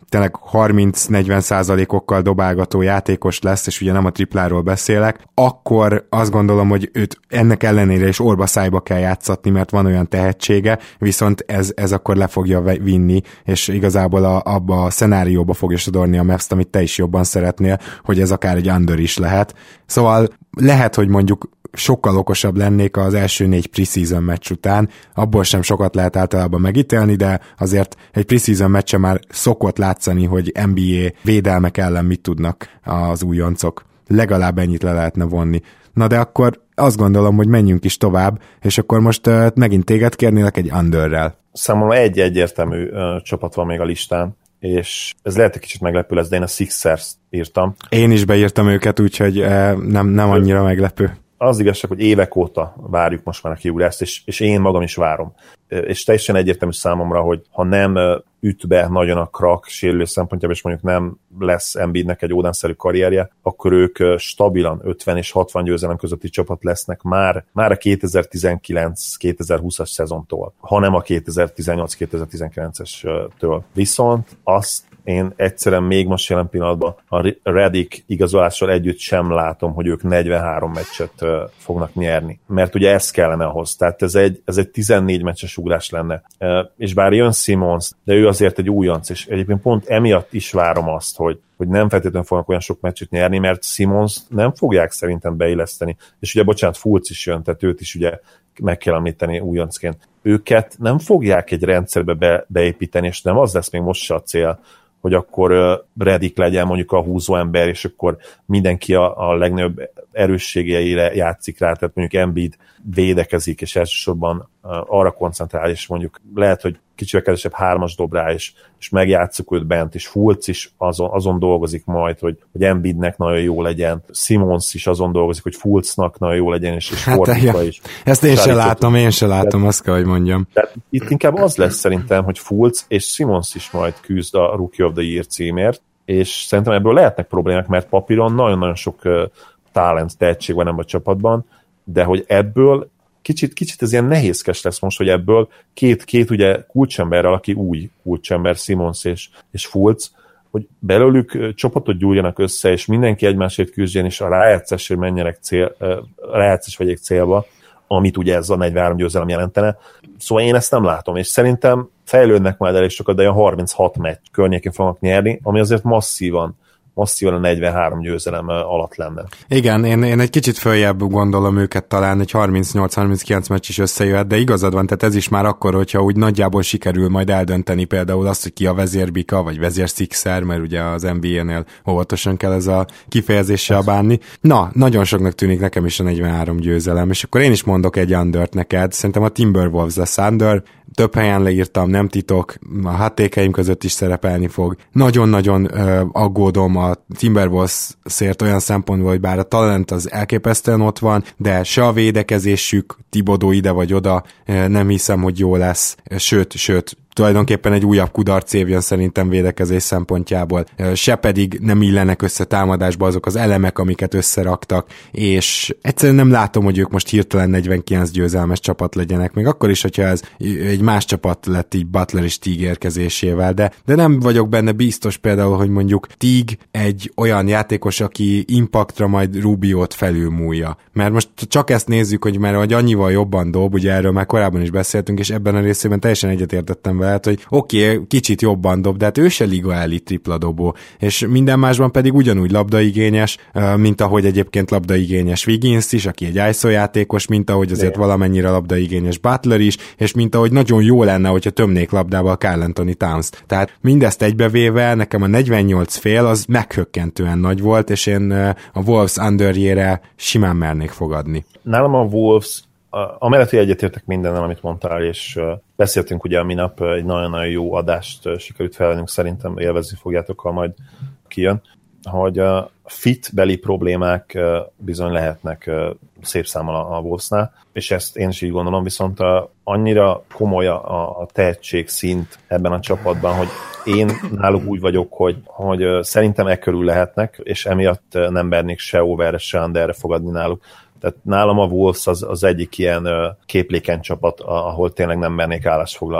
tényleg harminc-negyven százalékokkal dobálgató játékos lesz, és ugye nem a tripláról beszélek, akkor azt gondolom, hogy őt ennek ellenére is orba szájba kell játszatni, mert van olyan tehetsége, viszont ez, ez akkor le fogja vinni, és igazából a, abba a szenárióba fogja sodorni a Mavs-t, amit te is jobban szeretnél, hogy ez akár egy under is lehet. Szóval lehet, hogy mondjuk sokkal okosabb lennék az első négy preseason meccs után, abból sem sokat lehet általában megítélni, de azért egy preseason meccse már szokott látszani, hogy en bé á védelmek ellen mit tudnak az újoncok. Legalább ennyit le lehetne vonni. Na de akkor azt gondolom, hogy menjünk is tovább, és akkor most uh, megint téged kérnélek egy underrel. Számomra egy egyértelmű uh, csapat van még a listán, és ez lehet egy kicsit meglepő lesz, de én a Sixers írtam. Én is beírtam őket, úgyhogy uh, nem, nem annyira meglepő. Az igazság, hogy évek óta várjuk most már a kiugrást, és, és én magam is várom. És teljesen egyértelmű számomra, hogy ha nem üt be nagyon a krak sérülés szempontjából, és mondjuk nem lesz Embiidnek egy ódánszerű karrierje, akkor ők stabilan ötven és hatvan győzelem közötti csapat lesznek már, már a kétezer-tizenkilenc kétezer-húszas szezontól, hanem a kétezer-tizennyolc kétezer-tizenkilencestől. Viszont azt én egyszerűen még most jelen pillanatban a Redick igazolással együtt sem látom, hogy ők negyvenhárom meccset uh, fognak nyerni. Mert ugye ez kellene ahhoz. Tehát ez egy, ez egy tizennégy meccses ugrás lenne. Uh, és bár jön Simmons, de ő azért egy újonc, és egyébként pont emiatt is várom azt, hogy, hogy nem feltétlenül fognak olyan sok meccset nyerni, mert Simmons nem fogják szerintem beilleszteni. És ugye, bocsánat, Fultz is jön, tehát őt is ugye meg kell említeni újoncként. Őket nem fogják egy rendszerbe be, beépíteni, és nem az lesz még most se a cél, hogy akkor uh, Redick legyen mondjuk a húzó ember, és akkor mindenki a, a legnagyobb erősségeire játszik rá, tehát mondjuk Embiid védekezik, és elsősorban uh, arra koncentrál, és mondjuk lehet, hogy kicsivel kevesebb hármas dob rá, és, és megjátszuk őt bent, és Fultz is azon, azon dolgozik majd, hogy, hogy Embiidnek nagyon jó legyen, Simmons is azon dolgozik, hogy Fultznak nagyon jó legyen, és, és hát, fordítva is. Ezt én se látom, én se látom, azt kell, hogy mondjam. Tehát itt inkább az lesz szerintem, hogy Fultz és Simmons is majd küzd a Rookie of the Year címért, és szerintem ebből lehetnek problémák, mert papíron nagyon-nagyon sok uh, talent, tehetség van ebben a csapatban, de hogy ebből kicsit, kicsit ez ilyen nehézkes lesz most, hogy ebből két, két ugye kulcsemberrel, aki új kulcsember, Simmons és, és Fultz, hogy belőlük csapatot gyúrjanak össze, és mindenki egymásért küzdjen, és a rájátszás, hogy menjenek cél, rájátszás vegyék célba, amit ugye ez a negyvenhárom győzelem jelentene. Szóval én ezt nem látom, és szerintem fejlődnek majd elég sokat, de olyan harminchat meccs környékén fognak nyerni, ami azért masszívan masszívan a negyvenhárom győzelem alatt lenne. Igen, én, én egy kicsit följebb gondolom őket talán, egy harmincnyolc-harminckilenc meccs is összejöhet, de igazad van, tehát ez is már akkor, hogyha úgy nagyjából sikerül majd eldönteni például azt, hogy ki a vezérbika, vagy vezérszikszer, mert ugye az en bé á-nél óvatosan kell ez a kifejezéssel bánni. Na, nagyon soknak tűnik nekem is a negyvenhárom győzelem, és akkor én is mondok egy undert neked, szerintem a Timberwolves lesz under, több helyen leírtam, nem titok, a háttékeim között is szerepelni fog. Nagyon-nagyon uh, aggódom a Timberwolves-ért olyan szempontból, hogy bár a talent az elképesztően ott van, de se a védekezésük, Thibodeau ide vagy oda, uh, nem hiszem, hogy jó lesz. Sőt, sőt, tulajdonképpen egy újabb kudarc év jön szerintem védekezés szempontjából. Se pedig nem illenek össze támadásba azok az elemek, amiket összeraktak, és egyszerűen nem látom, hogy ők most hirtelen negyvenkilenc győzelmes csapat legyenek, még akkor is, hogyha ez egy más csapat lett így Butler és Teague érkezésével, de, de nem vagyok benne biztos például, hogy mondjuk Teague egy olyan játékos, aki impactra majd Rubiót felülmúlja. Mert most csak ezt nézzük, hogy már hogy annyival jobban dob, ugye erről már korábban is beszéltünk, és ebben a részében teljesen egyetértettem vele, hogy oké, okay, kicsit jobban dob, de hát ő se liga elit tripla dobó, és minden másban pedig ugyanúgy labdaigényes, mint ahogy egyébként labdaigényes Wiggins is, aki egy i es o játékos, mint ahogy azért de. valamennyire labdaigényes Butler is, és mint ahogy nagyon jó lenne, hogyha tömnék labdával Karl Anthony Towns. Tehát mindezt egybevéve nekem a negyvennyolc fél az meghökkentően nagy volt, és én a Wolves underjére simán mernék fogadni. Nálam a Wolves amellett, hogy egyetértek mindennel, amit mondtál, és uh, beszéltünk ugye a minap, uh, egy nagyon-nagyon jó adást uh, sikerült felvennünk, szerintem élvezni fogjátok, ha majd kijön, hogy uh, fit-beli problémák uh, bizony lehetnek uh, szép számmal a, a Wolvesnál, és ezt én is így gondolom, viszont uh, annyira komoly a, a tehetség szint ebben a csapatban, hogy én náluk úgy vagyok, hogy, hogy uh, szerintem e körül lehetnek, és emiatt uh, nem mernék se overre, se underre fogadni náluk. Tehát nálam a Wolves az, az egyik ilyen uh, képlékeny csapat, ahol tényleg nem mernék állást foglalni.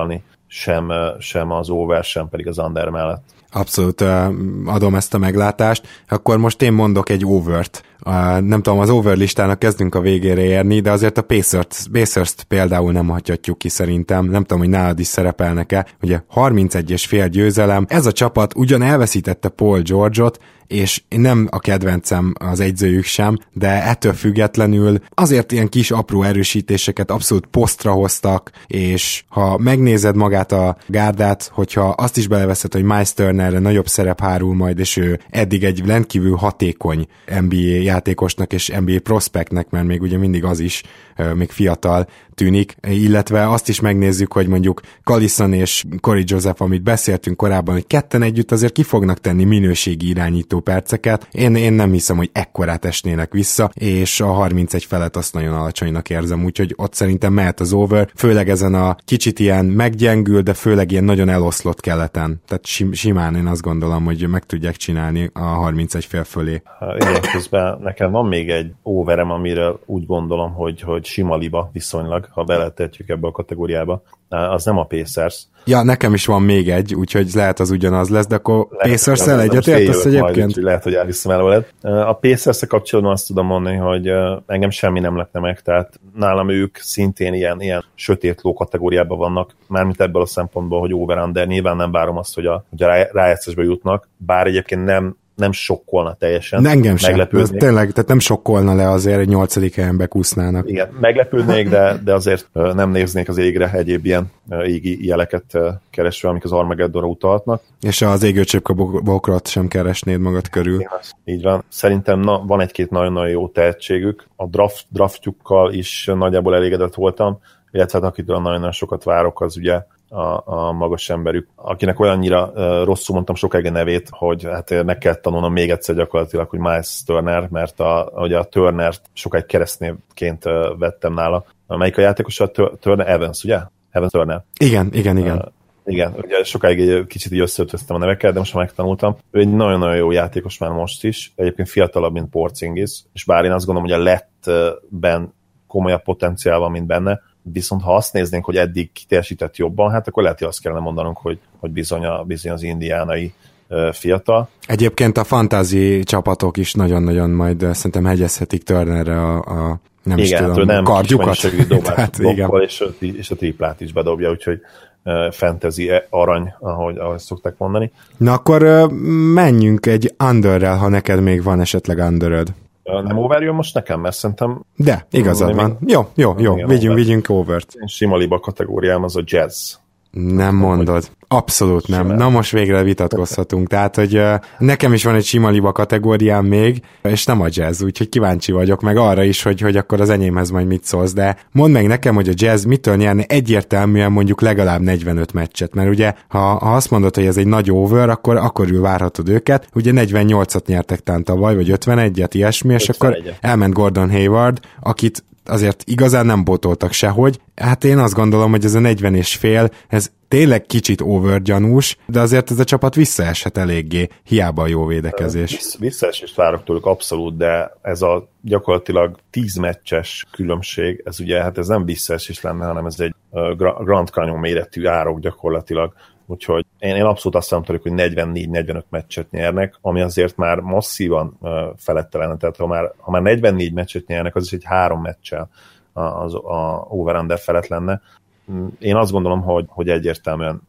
sem, sem az over, sem pedig az under mellett. Abszolút adom ezt a meglátást. Akkor most én mondok egy overt. Nem tudom, az over listának kezdünk a végére érni, de azért a Pacers, Pacers-t például nem hagyhatjuk ki szerintem. Nem tudom, hogy nálad is szerepelnek-e. Ugye harmincegy és fél győzelem. Ez a csapat ugyan elveszítette Paul George-ot, és nem a kedvencem az egyzőjük sem, de ettől függetlenül azért ilyen kis apró erősítéseket abszolút posztra hoztak, és ha megnézed magát a gárdát, hogyha azt is beleveszed, hogy Miles Turnerre nagyobb szerep hárul majd, és ő eddig egy rendkívül hatékony en bé á játékosnak és en bé á prospektnek, mert még ugye mindig az is, még fiatal tűnik, illetve azt is megnézzük, hogy mondjuk Collison és Corey Joseph, amit beszéltünk korábban, hogy ketten együtt azért ki fognak tenni minőségi irányító perceket. Én, én nem hiszem, hogy ekkorát esnének vissza, és a harmincegy felett azt nagyon alacsonynak érzem, úgyhogy ott szerintem mehet az over, főleg ezen a kicsit ilyen meggyengül, de főleg ilyen nagyon eloszlott keleten. Tehát sim, simán én azt gondolom, hogy meg tudják csinálni a harmincegy fél fölé. Igen, közben nekem van még egy overem, amire úgy gondolom, hogy, hogy sima liba viszonylag, ha beletetjük ebbe a kategóriába. Az nem a Pacers. Ja, nekem is van még egy, úgyhogy lehet az ugyanaz lesz, de akkor Pacers-szel egyetértesz egyébként? Majd, lehet, hogy elviszem el veled. A Pacers-szel kapcsolatban azt tudom mondani, hogy engem semmi nem lepne meg, tehát nálam ők szintén ilyen, ilyen sötét ló kategóriában vannak, mármint ebből a szempontból, hogy over-under, nyilván nem várom azt, hogy a, hogy a rájátszásba jutnak, bár egyébként nem nem sokkolna teljesen. Engem sem. Tényleg, tehát nem sokkolna le azért, egy nyolcadik helyen bekúsznának. Igen, meglepődnék, de, de azért nem néznék az égre egyéb ilyen égi jeleket keresve, amik az Armageddonra utalhatnak. És az égőcsöpke bokrot sem keresnéd magad körül. Igen, így van. Szerintem na, van egy-két nagyon-nagyon jó tehetségük. A draft, draftjukkal is nagyjából elégedett voltam, illetve hát akitől nagyon-nagyon sokat várok, az ugye A, a magas emberük, akinek olyannyira uh, rosszul mondtam sokáig a nevét, hogy hát meg kell tanulnom még egyszer gyakorlatilag, hogy Miles Turner, mert a, ugye a Turnert sokáig keresztnévként uh, vettem nála. Melyik a játékos? A Turner Evans, ugye? Evans Turner. Igen, igen, igen. Uh, igen, ugye sokáig egy kicsit így összeötvöztem a neveket, de most már megtanultam. Ő egy nagyon-nagyon jó játékos már most is, egyébként fiatalabb, mint Porzingis, és bár én azt gondolom, hogy a lettben komolyabb potenciál van, mint benne, viszont ha azt néznénk, hogy eddig teljesített jobban, hát akkor lehet, hogy azt kellene mondanunk, hogy, hogy bizony, a, bizony az indiánai uh, fiatal. Egyébként a fantasy csapatok is nagyon-nagyon majd szerintem hegyezhetik Turnerre a, a nem igen, is tudom, nem kardjukat. Tehát, és, és a triplát is bedobja, úgyhogy uh, fantasy arany, ahogy, ahogy szokták mondani. Na akkor uh, menjünk egy underrel, ha neked még van esetleg underöd. Nem over jön most nekem, mert szerintem... De, igazad van. Még... Jó, jó, jó, vigyünk, vigyünk overt. Én sima liba kategóriám az a jazz. Nem mondod. Abszolút nem. Na most végre vitatkozhatunk. Tehát, hogy uh, nekem is van egy sima liba kategóriám még, és nem a jazz, úgyhogy kíváncsi vagyok, meg arra is, hogy, hogy akkor az enyémhez majd mit szólsz, de mondd meg nekem, hogy a jazz mitől nyerni egyértelműen mondjuk legalább negyvenöt meccset, mert ugye, ha, ha azt mondod, hogy ez egy nagy over, akkor akkor ül várhatod őket, ugye negyvennyolcat nyertek tán tavaly, vagy ötvenegyet, ilyesmi, és akkor elment Gordon Hayward, akit azért igazán nem botoltak sehogy. Hát én azt gondolom, hogy ez a negyven és fél, ez tényleg kicsit overgyanús, de azért ez a csapat visszaeshet eléggé, hiába a jó védekezés. Vissz, visszaesést várok tőlük abszolút, de ez a gyakorlatilag tíz meccses különbség, ez ugye, hát ez nem visszaesés lenne, hanem ez egy Grand Canyon méretű árok gyakorlatilag. Úgyhogy én, én abszolút azt mondtam tőlük, hogy negyvennégy-negyvenöt meccset nyernek, ami azért már masszívan uh, felette lenne, tehát ha már, ha már negyvennégy meccset nyernek, az is egy három meccsel az a over-under felett lenne. Én azt gondolom, hogy, hogy egyértelműen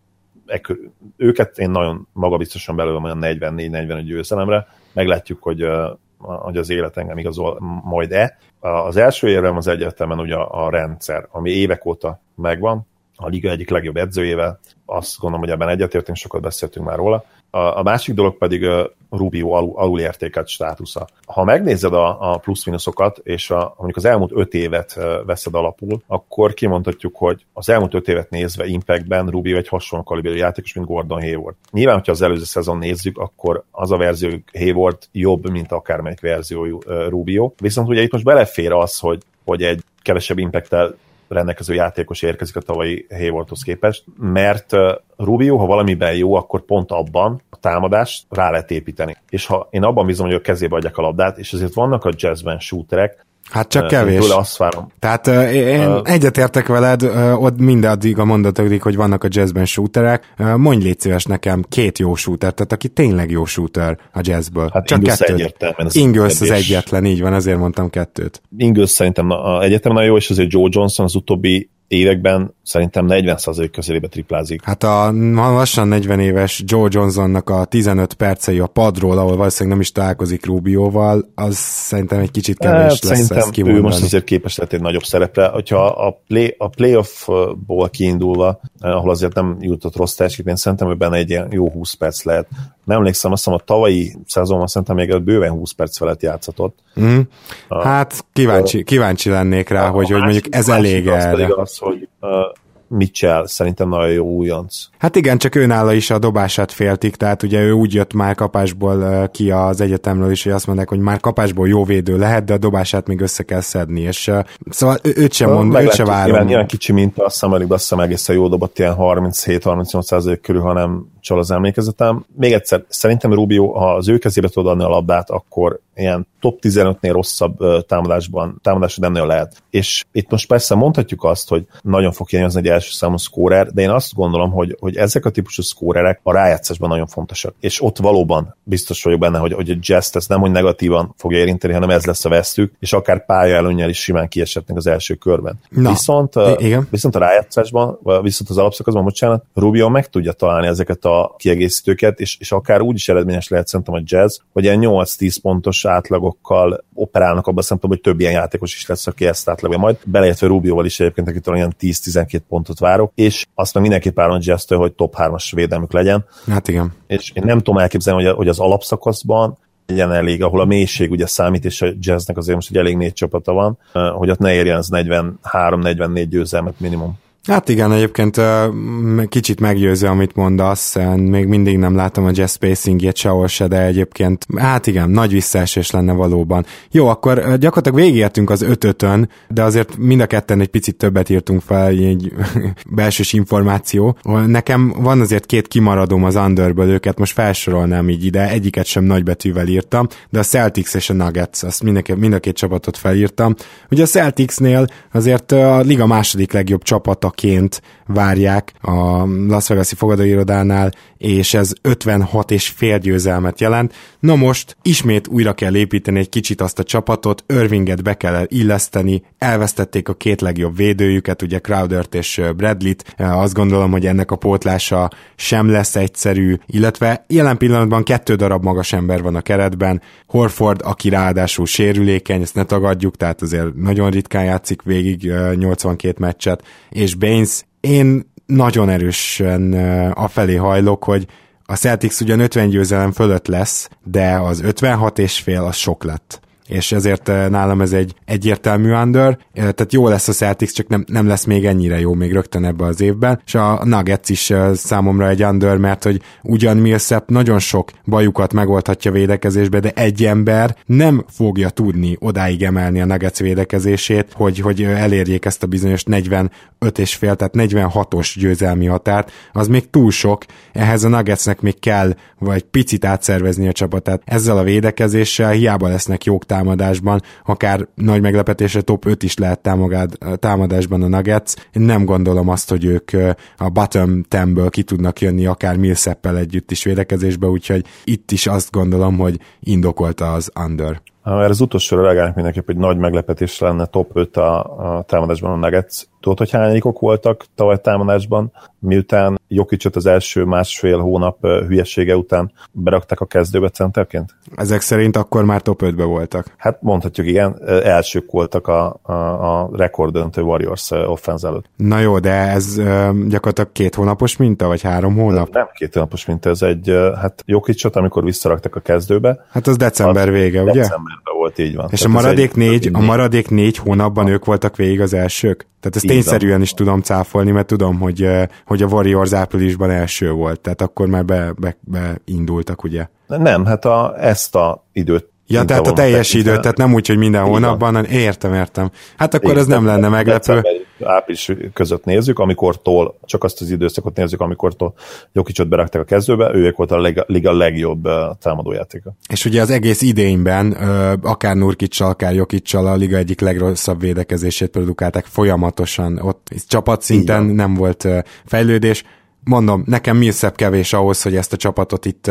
őket én nagyon magabiztosan belőlem olyan negyvennégy-negyvenöt győzelemre, meglátjuk, hogy, uh, hogy az élet engem igazol majd-e. Az első érvem az egyértelműen ugye a, a rendszer, ami évek óta megvan, a liga egyik legjobb edzőjével, azt gondolom, hogy ebben egyetértünk, sokat beszéltünk már róla. A, a másik dolog pedig a Rubio alul, alulértékelt státusza. Ha megnézed a, a plusz-minuszokat, és a, mondjuk az elmúlt öt évet veszed alapul, akkor kimondhatjuk, hogy az elmúlt öt évet nézve impactben Rubio egy hasonló kaliberű játékos, mint Gordon Hayward. Nyilván, hogyha az előző szezon nézzük, akkor az a verzió Hayward jobb, mint akármelyik verziójú Rubio. Viszont ugye itt most belefér az, hogy, hogy egy kevesebb impacttel rendelkező játékos érkezik a tavalyi Haywardhoz képest, mert Rubio, ha valamiben jó, akkor pont abban a támadást rá lehet építeni. És ha én abban bízom, hogy a kezébe adják a labdát, és azért vannak a jazzben shooterek, Hát csak kevés. Tőle azt várom. Tehát uh, én uh, egyetértek veled, uh, ott mindaddig a mondatodik, hogy vannak a jazzben shooterek. Uh, mondj légy szíves nekem két jó shooter, tehát aki tényleg jó shooter a jazzből. Hát csak Ingles kettőt. Egyértelműen. Az Ingles az egyetlen, így van, azért mondtam kettőt. Ingles szerintem egyértelműen nagyon jó, és azért Joe Johnson az utóbbi években szerintem negyven százalék közelébe triplázik. Hát a lassan negyven éves Joe Johnsonnak a tizenöt percei a padról, ahol valószínűleg nem is találkozik Rubioval, az szerintem egy kicsit kevés hát, lesz szerintem ezt kimondani. Ő most azért képes lett egy nagyobb szerepre. Hogyha a, play, a playoff-ból kiindulva, ahol azért nem jutott rossz teljesítmény, szerintem ő benne egy ilyen jó húsz perc lehet. Nem emlékszem, azt hiszem a tavalyi szezonban szerintem még bőven húsz perc felett játszatott. Mm. Hát kíváncsi, kíváncsi lennék rá, a, hogy, a hogy mondjuk ez elég erre. Az, hogy uh, Mitchell szerintem nagyon jó újonc. Hát igen, csak őnála is a dobását féltik, tehát ugye ő úgy jött már kapásból ki az egyetemről is, hogy azt mondják, hogy már kapásból jó védő lehet, de a dobását még össze kell szedni, és uh, szóval ő, őt sem mond, őt sem várom. Ilyen kicsi minta, azt hiszem, azt hiszem egészen jó dobott, ilyen harminchét-harmincnyolc százalék körül, hanem csal az emlékezetem. Még egyszer, szerintem Rubio, ha az ő kezébe tud adni a labdát, akkor ilyen top tizenötnél rosszabb támadásban, támadásban nem nagyon lehet. És itt most persze mondhatjuk azt, hogy nagyon fog hiányozni egy első számú szkórer, de én azt gondolom, hogy, hogy ezek a típusú szkórerek a rájátszásban nagyon fontosak. És ott valóban biztos vagyok benne, hogy, hogy a Jazz ezt nem, hogy negatívan fogja érinteni, hanem ez lesz a vesztük, és akár pályaelőnnyel is simán kiesetnek az első körben. Na, viszont, igen. viszont a rájátszásban, viszont az alapszakaszban, bocsánat, Rubio meg tudja találni ezeket a kiegészítőket, és, és akár úgy is eredményes lehet szerintem a Jazz, hogy ilyen nyolc-tíz pontos átlagokkal operálnak abban a szempontból, hogy több ilyen játékos is lesz, aki ezt átlagja majd. Beleértve Rubioval is egyébként, akitől olyan tíz-tizenkét pontot várok, és azt meg mindenképp áron Jazz-től, hogy top hármas védelmük legyen. Hát igen. És én nem tudom elképzelni, hogy az alapszakaszban legyen elég, ahol a mélység ugye számít, és a Jazznek azért most egy elég négy csapata van, hogy ott ne érjen az negyvenhárom-negyvennégy győzelmet minimum. Hát igen, egyébként kicsit meggyőző, amit mondasz, még mindig nem látom a Jazz spacingjét sehol se, de egyébként, hát igen, nagy visszaesés lenne valóban. Jó, akkor gyakorlatilag végigértünk az öt-ötön, de azért mind a ketten egy picit többet írtunk fel, egy belsős információ. Nekem van azért két kimaradóm az underből, őket most felsorolnám így ide, egyiket sem nagybetűvel írtam, de a Celtics és a Nuggets, azt mind, mind a két csapatot felírtam. Ugye a Celticsnél azért a liga második legjobb csapata ként várják a Las Vegas-i fogadóirodánál, és ez ötvenhat és fél győzelmet jelent. Na most ismét újra kell építeni egy kicsit azt a csapatot, Irvinget be kell illeszteni, elvesztették a két legjobb védőjüket, ugye Crowdert és Bradleyt, azt gondolom, hogy ennek a pótlása sem lesz egyszerű, illetve jelen pillanatban kettő darab magas ember van a keretben, Horford, aki ráadásul sérülékeny, ezt ne tagadjuk, tehát azért nagyon ritkán játszik végig nyolcvankét meccset, és Baines, én nagyon erősen afelé hajlok, hogy a Celtics ugyan ötven győzelem fölött lesz, de az ötvenhat és fél az sok lett. És ezért nálam ez egy egyértelmű under, tehát jó lesz a Celtics, csak nem, nem lesz még ennyire jó még rögtön ebben az évben, és a Nuggets is számomra egy under, mert hogy ugyan Millsap nagyon sok bajukat megoldhatja védekezésbe, de egy ember nem fogja tudni odáig emelni a Nuggets védekezését, hogy, hogy elérjék ezt a bizonyos negyvenöt és fél, tehát negyvenhatos győzelmi határt, az még túl sok, ehhez a Nuggetsnek még kell vagy picit átszervezni a csapatát. Ezzel a védekezéssel hiába lesznek jók támadásban, akár nagy meglepetésre top öt is lehet támogád, támadásban a Nuggets. Én nem gondolom azt, hogy ők a bottom tízből ki tudnak jönni akár Millsappel együtt is védekezésbe, úgyhogy itt is azt gondolom, hogy indokolta az under. Erre az utolsóra reagálnak mindenképp, hogy nagy meglepetés lenne top öt a, a támadásban a Nuggets. Tudod, hogy hányadikok voltak tavaly támadásban, miután Jokicot az első másfél hónap hülyesége után berakták a kezdőbe centerként? Ezek szerint akkor már top ötbe voltak. Hát mondhatjuk, igen, elsők voltak a, a, a rekorddöntő Warriors offense előtt. Na jó, de ez gyakorlatilag két hónapos minta, vagy három hónap? Nem két hónapos minta, ez egy, hát Jokicot, amikor visszaraktak a kezdőbe. Hát az december vége, ugye? Decemberben volt, így van. És Tehát a maradék, négy, a maradék négy hónapban ők voltak végig az elsők? Tehát ezt tényszerűen is tudom cáfolni, mert tudom, hogy, hogy a Warriors áprilisban első volt, tehát akkor már beindultak, be, be ugye? Nem, hát a, ezt a időt. Ja, tehát a teljes időt, tehát nem úgy, hogy minden hónapban, hanem értem, értem. Hát akkor igen, ez nem lenne meglepő. Decemberi, április között nézzük, amikortól, csak azt az időszakot nézzük, amikortól Jokicot berakták a kezdőbe, ők volt a liga, liga legjobb támadójátéka. És ugye az egész idényben, akár Nurkic-sal, akár Jokic-sal a liga egyik legrosszabb védekezését produkálták folyamatosan, ott csapatszinten nem volt fejlődés. Mondom, nekem Millsap kevés ahhoz, hogy ezt a csapatot itt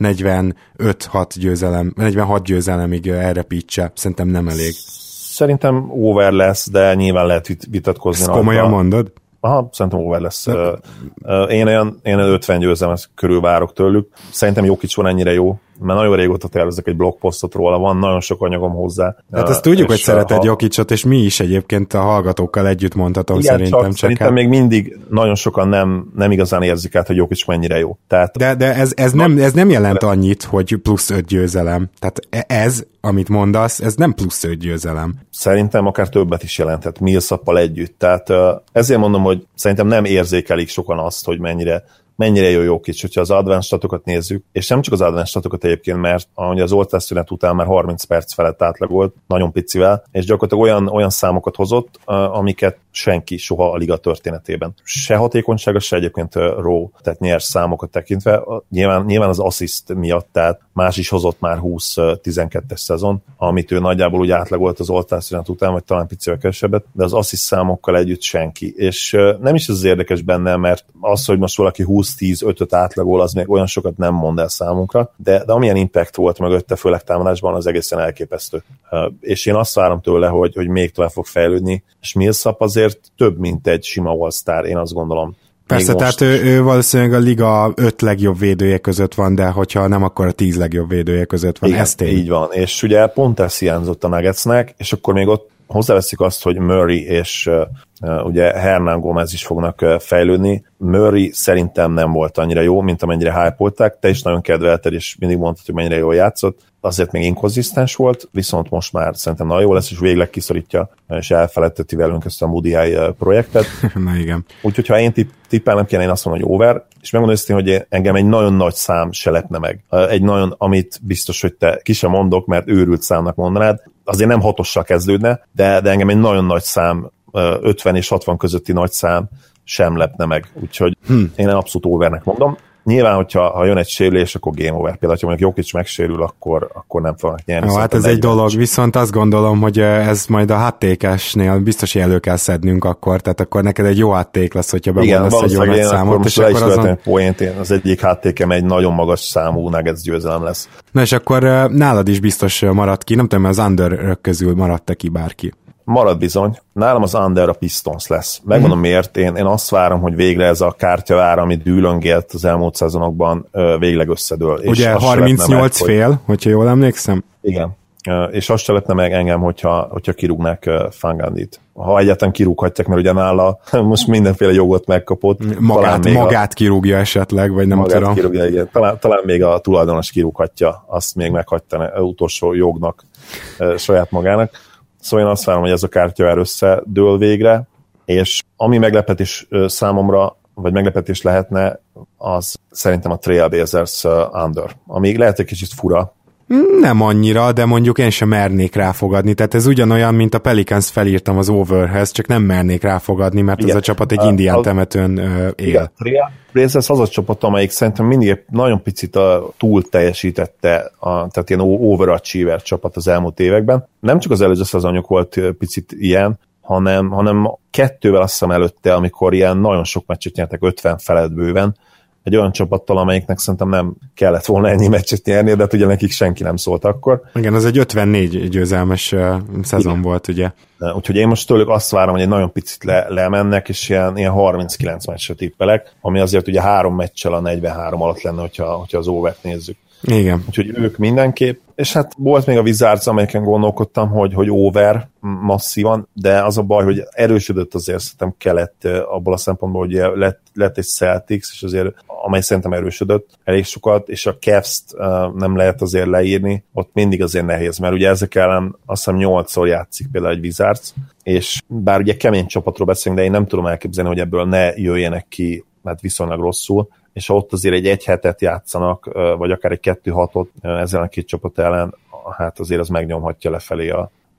negyvenöt-hat győzelem, negyvenhat győzelemig elrepítse. Szerintem nem elég. Szerintem over lesz, de nyilván lehet vitatkozni. Ezt komolyan mondod? Aha, szerintem over lesz. De... Én olyan, én ötven győzelem körül várok tőlük. Szerintem Jokic van ennyire jó, mert nagyon régóta tervezek egy blogposztot róla, van nagyon sok anyagom hozzá. Hát ezt tudjuk, hogy szereted ha... Jokicot, és mi is egyébként a hallgatókkal együtt mondhatom. Igen, szerintem. Csak, csak szerintem hát... még mindig nagyon sokan nem, nem igazán érzik át, hogy Jokic mennyire jó. Tehát... De, de ez, ez, nem, ez nem jelent annyit, hogy plusz öt győzelem. Tehát ez, amit mondasz, ez nem plusz öt győzelem. Szerintem akár többet is jelenthet Millsappal együtt. Tehát ezért mondom, hogy szerintem nem érzékelik sokan azt, hogy mennyire mennyire jó Jokic, hogyha az advanced statokat nézzük, és nem csak az advanced statokat egyébként, mert ahogy az All-Star szünet után már harminc perc felett átlagolt, nagyon picivel, és gyakorlatilag olyan, olyan számokat hozott, amiket senki soha a liga történetében. Se hatékonysága, se egyébként raw, tehát nyers számokat tekintve, nyilván, nyilván az assist miatt, tehát más is hozott már húsz-tizenkettes szezon, amit ő nagyjából úgy átlagolt az All-Star szünet után, vagy talán picivel kevesebbet, de az assist számokkal együtt senki. És nem is ez az érdekes benne, mert az, hogy most valaki húsz-tíz-ötöt átlagol, az még olyan sokat nem mond el számunkra, de, de amilyen impact volt mögötte, főleg támadásban, az egészen elképesztő. Uh, és én azt várom tőle, hogy, hogy még tovább fog fejlődni, és Millsap azért több, mint egy sima all-star, én azt gondolom. Persze, tehát ő, ő valószínűleg a liga öt legjobb védője között van, de hogyha nem, akkor a tíz legjobb védője között van. Igen, ez tény. Így van, és ugye pont ez hiányzott a Nuggetsnek, és akkor még ott hozzáveszik azt, hogy Murray és uh, ugye Hernán Gómez is fognak uh, fejlődni. Murray szerintem nem volt annyira jó, mint amennyire hype-olták, te is nagyon kedvelted, és mindig mondtad, hogy mennyire jól játszott. Azért még inkonzisztens volt, viszont most már szerintem nagyon jó lesz, és végleg kiszorítja, és elfeledteti velünk ezt a Moody Eye projektet. Na igen. Úgyhogy ha én tipp, tippelnem kéne, én azt mondom, hogy over, és megmondom őszintén, hogy engem egy nagyon nagy szám se lepne meg. Egy nagyon, amit biztos, hogy te ki sem mondok, mert őrült számnak mondanád, azért nem hatossal kezdődne, de, de engem egy nagyon nagy szám, ötven és hatvan közötti nagy szám sem lepne meg. Úgyhogy hm. én abszolút overnek mondom. Nyilván, hogyha ha jön egy sérülés, akkor game over. Például, ha mondjuk Jokic megsérül, akkor, akkor nem fognak nyerni. Jó, hát ez egy dolog, viszont azt gondolom, hogy ez majd a háttékesnél biztos, hogy elő kell szednünk akkor, tehát akkor neked egy jó hátték lesz, hogyha bemondasz egy jó nagy számot. És akkor azon... point, én az egyik háttékem egy nagyon magas számú Nuggets győzelem lesz. Na és akkor nálad is biztos maradt ki, nem tudom, az under közül maradt ki bárki. Marad bizony. Nálam az under a Pistons lesz. Megmondom mm-hmm. miért. Én, én azt várom, hogy végre ez a kártyavár, amit dűlöngélt az elmúlt szezonokban, végleg összedől. Ugye és harmincnyolc meg, fél, hogy... hogyha jól emlékszem? Igen. És azt se lepne meg engem, hogyha, hogyha kirúgnák Fangandit. Ha egyáltalán kirúghatják, mert ugye nála most mindenféle jogot megkapott. Magát, magát a... kirúgja esetleg, vagy nem magát tudom. Kirúgja, igen. Talán, talán még a tulajdonos kirúghatja, azt még meghagyta utolsó jognak saját magának. Szóval én azt várom, hogy ez a kártyavár összedől végre, és ami meglepetés számomra, vagy meglepetés lehetne, az szerintem a Trailblazers under. Ami lehet egy kicsit fura. Nem annyira, de mondjuk én sem mernék ráfogadni. Tehát ez ugyanolyan, mint a Pelicans felírtam az overhez, csak nem mernék ráfogadni, mert igen. Ez a csapat egy indián temetőn uh, él. A Trailblazers az a csapat, amelyik szerintem mindig nagyon picit a túl teljesítette, a, tehát ilyen overachiever csapat az elmúlt években. Nem csak az előző szezonjuk volt picit ilyen, hanem, hanem kettővel azt hiszem előtte, amikor ilyen nagyon sok meccset nyertek, ötven felett bőven, egy olyan csapattal, amelyiknek szerintem nem kellett volna ennyi meccset nyerni, de hát ugye nekik senki nem szólt akkor. Igen, az egy ötvennégy győzelmes uh, szezon igen. volt, ugye. Úgyhogy én most tőlük azt várom, hogy egy nagyon picit le, lemennek, és ilyen, ilyen harminckilenc meccsre tippelek, ami azért ugye három meccsel a negyvenhárom alatt lenne, hogyha, hogyha az overt nézzük. Igen. Úgyhogy ők mindenképp, és hát volt még a Wizards, amelyiken gondolkodtam, hogy, hogy over masszívan, de az a baj, hogy erősödött azért szerintem kelet abból a szempontból, hogy lett, lett egy Celtics, és azért, amely szerintem erősödött elég sokat, és a Cavs-t uh, nem lehet azért leírni, ott mindig azért nehéz, mert ugye ezek ellen azt hiszem nyolcszor játszik például egy Wizards, és bár ugye kemény csapatról beszélünk, de én nem tudom elképzelni, hogy ebből ne jöjjenek ki, mert viszonylag rosszul, és ha ott azért egy egy hetet játszanak, vagy akár egy kettő hatot ezzel a két csapat ellen, hát azért az megnyomhatja lefelé a,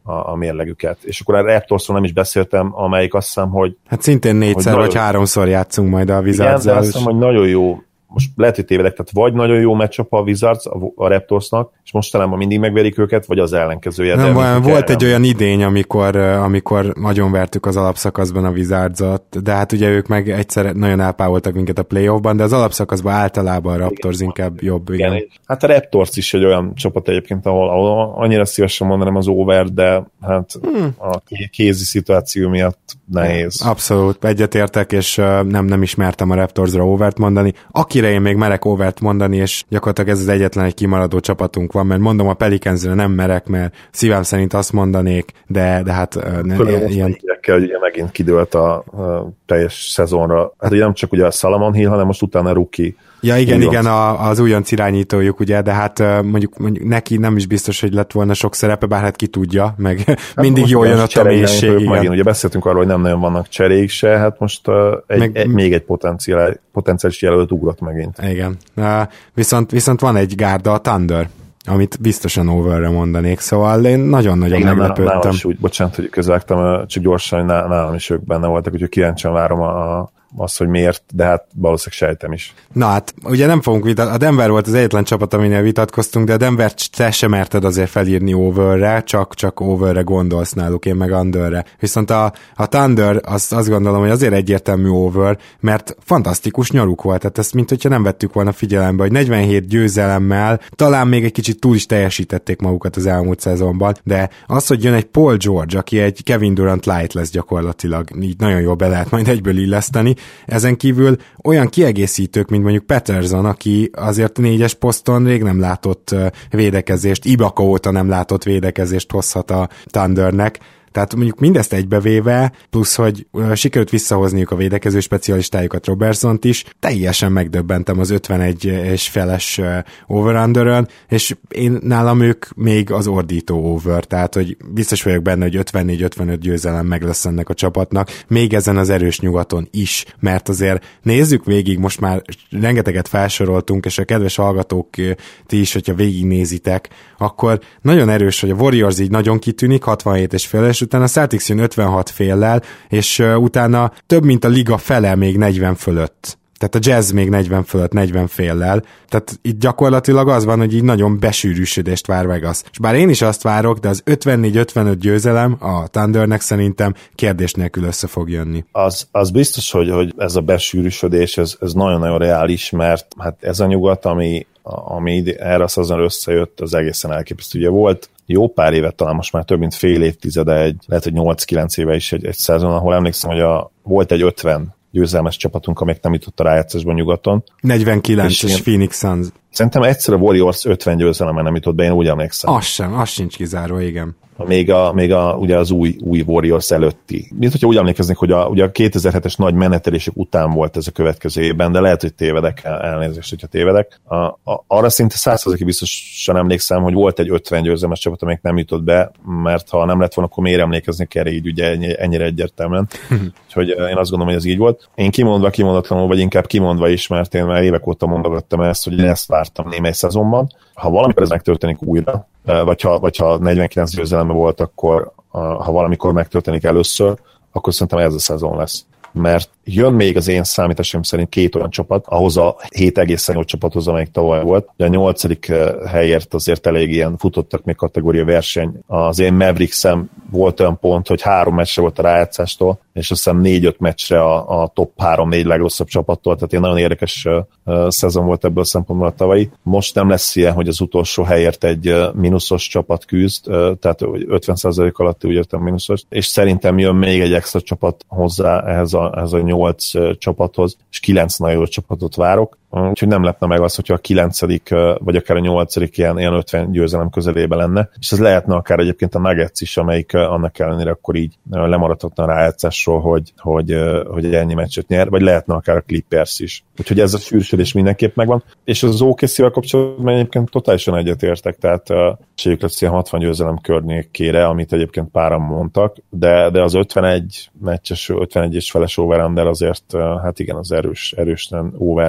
a, a mérlegüket. És akkor a Raptorsról nem is beszéltem, amelyik azt hiszem, hogy... Hát szintén négyszer vagy nagyon... háromszor játszunk majd a Wizards-el. Igen, de azt hiszem, hogy nagyon jó, most lehet, hogy tévedek, tehát vagy nagyon jó matchup a Wizards a Raptorsnak, és mostanában mindig megverik őket, vagy az ellenkezője. Nem, volt erre. Egy olyan idény, amikor, amikor nagyon vertük az alapszakaszban a Wizards-ot, de hát ugye ők meg egyszer nagyon elpávoltak minket a playoffban, de az alapszakaszban általában a Raptors igen, inkább jobb. Igen. Igen. Hát a Raptors is egy olyan csapat egyébként, ahol, ahol annyira szívesen mondanám az over, de hát hmm. a kézi szituáció miatt nehéz. Abszolút, egyetértek, és nem, nem ismertem a Raptorsra overt mondani. Akire én még merek overt mondani, és gyakorlatilag ez az egyetlen egy kimaradó csapatunk van, mert mondom a Pelicansre nem merek, mert szívem szerint azt mondanék, de, de hát ne, Körülbelül ilyen... Kell, hogy megint kidőlt a, a teljes szezonra. Hát ugye nem csak ugye a Solomon Hill, hanem most utána Rookie. Ja igen, újonc. igen, a, az újonc irányítójuk, ugye, de hát mondjuk, mondjuk neki nem is biztos, hogy lett volna sok szerepe, bár hát ki tudja, meg hát mindig jól jön a tömélyesség. Megint, ugye beszéltünk arról, hogy nem nagyon vannak cserék se, hát most uh, egy, meg, egy, még egy potenciál, potenciális jelölt ugrott megint. Igen, uh, viszont, viszont van egy gárda, a Thunder, amit biztosan overre mondanék, szóval én nagyon-nagyon igen, meglepődtem. Nálam is úgy, bocsánat, hogy közvágtam, csak gyorsan, hogy nálam is ők benne voltak, úgyhogy kíváncsian várom a, a az, hogy miért, de hát valószínűleg sejtem is. Na hát, ugye nem fogunk vitatkozni, a Denver volt az egyetlen csapat, aminél vitatkoztunk, de a Denver te sem merted azért felírni overre, csak, csak overre gondolsz náluk, én meg underre. Viszont a, a Thunder, azt, azt gondolom, hogy azért egyértelmű over, mert fantasztikus nyaruk volt, tehát ezt mint hogyha nem vettük volna figyelembe, hogy negyvenhét győzelemmel talán még egy kicsit túl is teljesítették magukat az elmúlt szezonban, de az, hogy jön egy Paul George, aki egy Kevin Durant light lesz gyakorlatilag, így nagyon jól be lehet majd egyből illeszteni. Ezen kívül olyan kiegészítők, mint mondjuk Patterson, aki azért négyes poszton rég nem látott védekezést, Ibaka óta nem látott védekezést hozhat a Thundernek. Tehát mondjuk mindezt egybevéve, plusz, hogy sikerült visszahozniuk a védekező specialistájukat, Robertsont is, teljesen megdöbbentem az ötvenegy és feles over-underön, és én nálam ők még az ordító over, tehát hogy biztos vagyok benne, hogy ötvennégy ötvenöt győzelem meg lesz ennek a csapatnak, még ezen az erős nyugaton is, mert azért nézzük végig, most már rengeteget felsoroltunk, és a kedves hallgatók ti is, hogyha végignézitek, akkor nagyon erős, hogy a Warriors így nagyon kitűnik, hatvanhét és fél, és utána a Celtics jön ötvenhat féllel, és uh, utána több, mint a liga fele még negyven fölött. Tehát a Jazz még negyven fölött, negyven féllel. Tehát itt gyakorlatilag az van, hogy így nagyon besűrűsödést vár Vegas. És bár én is azt várok, de az ötvennégy ötvenöt győzelem a Thundernek szerintem kérdés nélkül össze fog jönni. Az, az biztos, hogy, hogy ez a besűrűsödés, ez, ez nagyon-nagyon reális, mert hát ez a nyugat, ami, ami erre a szezonra összejött, az egészen elképesztő. Ugye volt jó pár évet, talán most már több mint fél évtizede, egy, lehet, hogy nyolc-kilenc éve is egy, egy szezon, ahol emlékszem, hogy a, volt egy ötven győzelmes csapatunk, amelyik nem jutott a rájátszásban nyugaton. negyvenkilences Phoenix Suns. Szerintem egyszer a Warriors ötven győzelemmel nem jutott be, én úgy emlékszem. Az sem, az sincs kizárva, igen. Még, a, még a, ugye az új, új Warriors előtti. Mint hogyha úgy emlékeznék, hogy a, ugye a kétezer-hetes nagy menetelések után volt ez a következő évben, de lehet, hogy tévedek, elnézést, hogyha tévedek. A, a, arra szinte száz százalékig biztosan emlékszem, hogy volt egy ötven győzelmes csapat, amelyik nem jutott be, mert ha nem lett volna, akkor miért emlékezni kell így ugye ennyire egyértelműen. Úgyhogy én azt gondolom, hogy ez így volt. Én kimondva, kimondatlanul, vagy inkább kimondva is, mert én már évek óta mondogattam ezt, hogy én ezt vártam némely szezonban. Ha valamikor ez megtörténik újra, vagy ha, vagy ha negyvenkilenc győzelemben volt, akkor ha valamikor megtörténik először, akkor szerintem ez a szezon lesz. Mert jön még az én számításom szerint két olyan csapat, ahhoz a hét egészen jó csapathoz, amelyik tavaly volt. De a nyolcadik helyért azért elég ilyen futottak még kategória verseny. Az én Mavericksem volt olyan pont, hogy három meccsre volt a rájátszástól, és azt hiszem négy-öt meccsre a, a top három-négy legrosszabb csapattól, tehát egy nagyon érdekes uh, szezon volt ebből a szempontból a tavalyi. Most nem lesz ilyen, hogy az utolsó helyért egy uh, mínuszos csapat küzd, uh, tehát ötven százalék alatti úgy értem mínuszos, és szerintem jön még egy extra csapat hozzá ehhez a, ehhez a nyolc uh, csapathoz, és kilenc nagyon jó csapatot várok. Úgyhogy nem lepne meg az, hogyha a kilencedik vagy akár a nyolcadik ilyen, ilyen ötven győzelem közelében lenne, és ez lehetne akár egyébként a Nuggets is, amelyik annak ellenére akkor így lemaradhatna a rájátszásról, hogy, hogy, hogy ennyi meccset nyer, vagy lehetne akár a Clippers is. Úgyhogy ez a sűrűsödés mindenképp megvan. És az o ká cé-vel kapcsolatban egyébként totálisan egyetértek, tehát esélyük lesz ilyen hatvan győzelem környékére, amit egyébként páran mondtak, de, de az ötvenegy meccses, ötvenegy és feles over-under azért, hát igen, az erős, erősen overnek tűnik.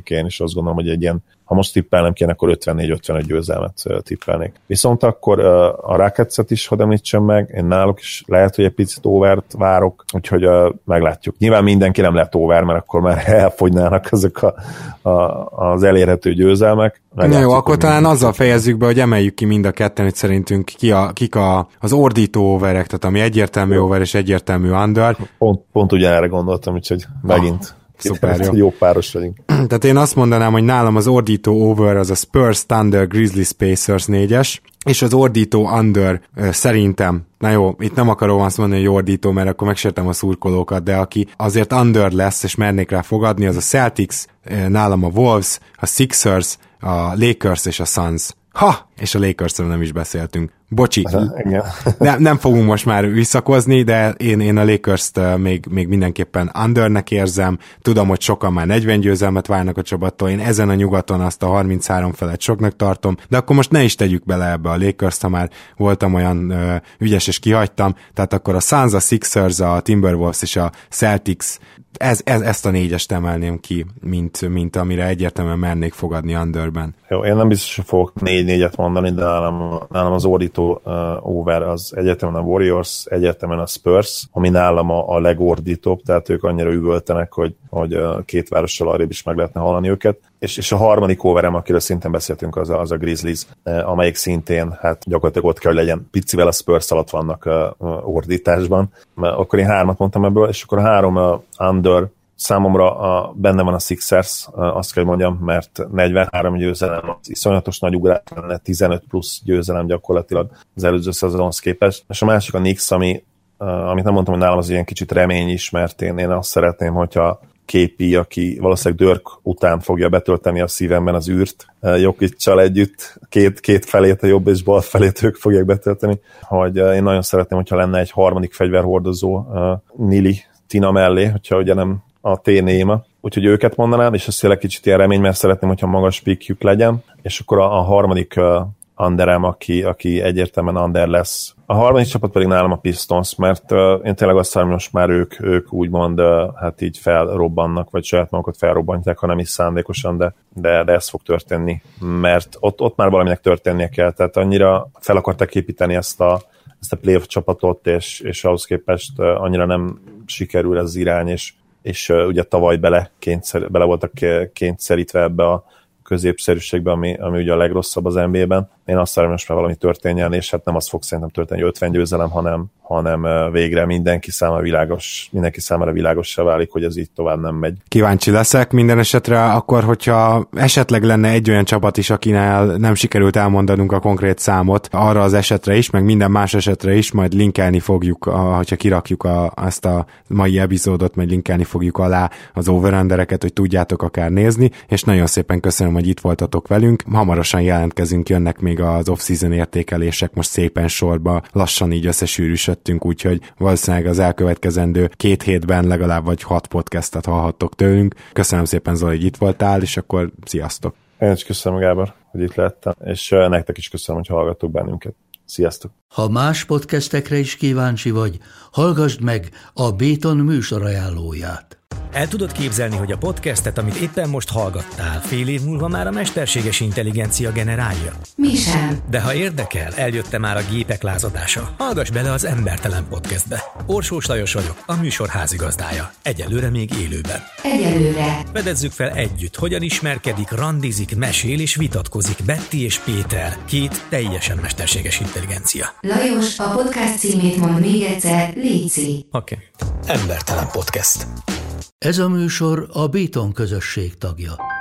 mondanék én, és azt gondolom, hogy egy ilyen, ha most tippelnem kéne, akkor ötvennégy ötvenöt győzelmet tippelnék. Viszont akkor a Rocketset is hadd említsem meg, én náluk is lehet, hogy egy picit overt várok, úgyhogy meglátjuk. Nyilván mindenki nem lehet over, mert akkor már elfogynának azok a, a, az elérhető győzelmek. Na jó, akkor talán azzal fejezzük be, hogy emeljük ki mind a ketten, hogy szerintünk ki a, kik a, az ordító overek, tehát ami egyértelmű over és egyértelmű under. Pont, pont ugyanerre gondoltam, úgyhogy megint. Ah. Szuper, jó. jó páros vagyunk. Tehát én azt mondanám, hogy nálam az ordító over az a Spurs, Thunder, Grizzlies, Pacers négyes, és az ordító under szerintem, na jó, itt nem akarom azt mondani, hogy ordító, mert akkor megsértem a szurkolókat, de aki azért under lesz, és mernék rá fogadni, az a Celtics, nálam a Wolves, a Sixers, a Lakers és a Suns. Ha! És a Lakersről nem is beszéltünk. Bocsi. Nem, nem fogunk most már visszakozni, de én, én a Lakers-t még, még mindenképpen undernek érzem. Tudom, hogy sokan már negyven győzelmet várnak a csapattól. Én ezen a nyugaton azt a harminchárom felett soknak tartom, de akkor most ne is tegyük bele ebbe a Lakers-t, ha már voltam olyan ö, ügyes és kihagytam. Tehát akkor a Suns, a Sixers, a Timberwolves és a Celtics, ez, ez, ezt a négyest emelném ki, mint, mint amire egyértelműen mernék fogadni underben. Jó, én nem biztos, hogy fogok négy-négyet mondani, de nálam, nálam az ordító uh, over az egyetemen a Warriors, egyetemen a Spurs, ami nálam a, a legordítóbb, tehát ők annyira üvöltenek, hogy, hogy uh, két várossal arrébb is meg lehetne hallani őket. És, és a harmadik overem, akiről szintén beszéltünk, az a, az a Grizzlies, uh, amelyik szintén, hát gyakorlatilag ott kell, hogy legyen. Picivel a Spurs alatt vannak uh, uh, ordításban. Mert akkor én hármat mondtam ebből, és akkor a három uh, under számomra a, benne van a Sixers, azt kell mondjam, mert negyvenhárom győzelem, az iszonyatos nagy ugrás lenne, tizenöt plusz győzelem gyakorlatilag az előző szezonhoz képest. És a másik a Knicks, ami, amit nem mondtam, hogy nálam az ilyen kicsit remény is, mert én, én azt szeretném, hogyha ká pé, aki valószínűleg Dirk után fogja betölteni a szívemben az űrt, Jokic-csal együtt, két, két felét, a jobb és bal felét ők fogják betölteni, hogy én nagyon szeretném, hogyha lenne egy harmadik fegyverhordozó Nili Tina mellé, hogyha ugye nem a T-néma. Úgyhogy őket mondanám, és ez tényleg kicsit ilyen remény, mert szeretném, hogyha magas pickjük legyen, és akkor a, a harmadik uh, underem, aki, aki egyértelműen under lesz. A harmadik csapat pedig nálam a Pistons, mert uh, én tényleg azt hiszem, most már ők, ők úgymond uh, hát így felrobbannak, vagy saját magukat felrobbantják, ha nem is szándékosan, de, de, de ez fog történni, mert ott, ott már valaminek történnie kell, tehát annyira fel akarták építeni ezt a, ezt a playoff csapatot, és, és ahhoz képest uh, annyira nem sikerül ez az irány, és és uh, ugye tavaly bele, kényszer, bele voltak kényszerítve ebbe a középszerűségbe, ami, ami ugye a legrosszabb az en bé á-ben. Én azt várom, most már valami történjen, és hát nem az fog szerintem történni, hogy ötven győzelem, hanem, hanem végre mindenki számára világos, mindenki számára világossá válik, hogy ez így tovább nem megy. Kíváncsi leszek minden esetre, akkor, hogyha esetleg lenne egy olyan csapat is, akinél nem sikerült elmondanunk a konkrét számot, arra az esetre is, meg minden más esetre is, majd linkelni fogjuk, ha kirakjuk a, ezt a mai epizódot, majd linkelni fogjuk alá az overundereket, hogy tudjátok akár nézni, és nagyon szépen köszönöm, hogy itt voltatok velünk. Hamarosan jelentkezünk, jönnek még az off-season értékelések, most szépen sorba lassan így összesűrűsödtünk, úgyhogy valószínűleg az elkövetkezendő két hétben legalább vagy hat podcastet hallhattok tőlünk. Köszönöm szépen, Zoli, hogy itt voltál, és akkor sziasztok! Én is köszönöm, Gábor, hogy itt lettem, és nektek is köszönöm, hogy hallgattok bennünket. Sziasztok! Ha más podcastekre is kíváncsi vagy, hallgassd meg a Béton műsor ajánlóját. El tudod képzelni, hogy a podcastet, amit éppen most hallgattál, fél év múlva már a mesterséges intelligencia generálja? Mi sem. De ha érdekel, eljött már a gépek lázadása. Hallgass bele az Embertelen Podcastbe. Orsós Lajos vagyok, a műsor házigazdája. Egyelőre még élőben. Egyelőre. Fedezzük fel együtt, hogyan ismerkedik, randizik, mesél és vitatkozik Betty és Péter, két teljesen mesterséges intelligencia. Lajos, a podcast címét mond még egyszer, léci. Oké. Okay. Embertelen Podcast. Ez a műsor a Béton közösség tagja.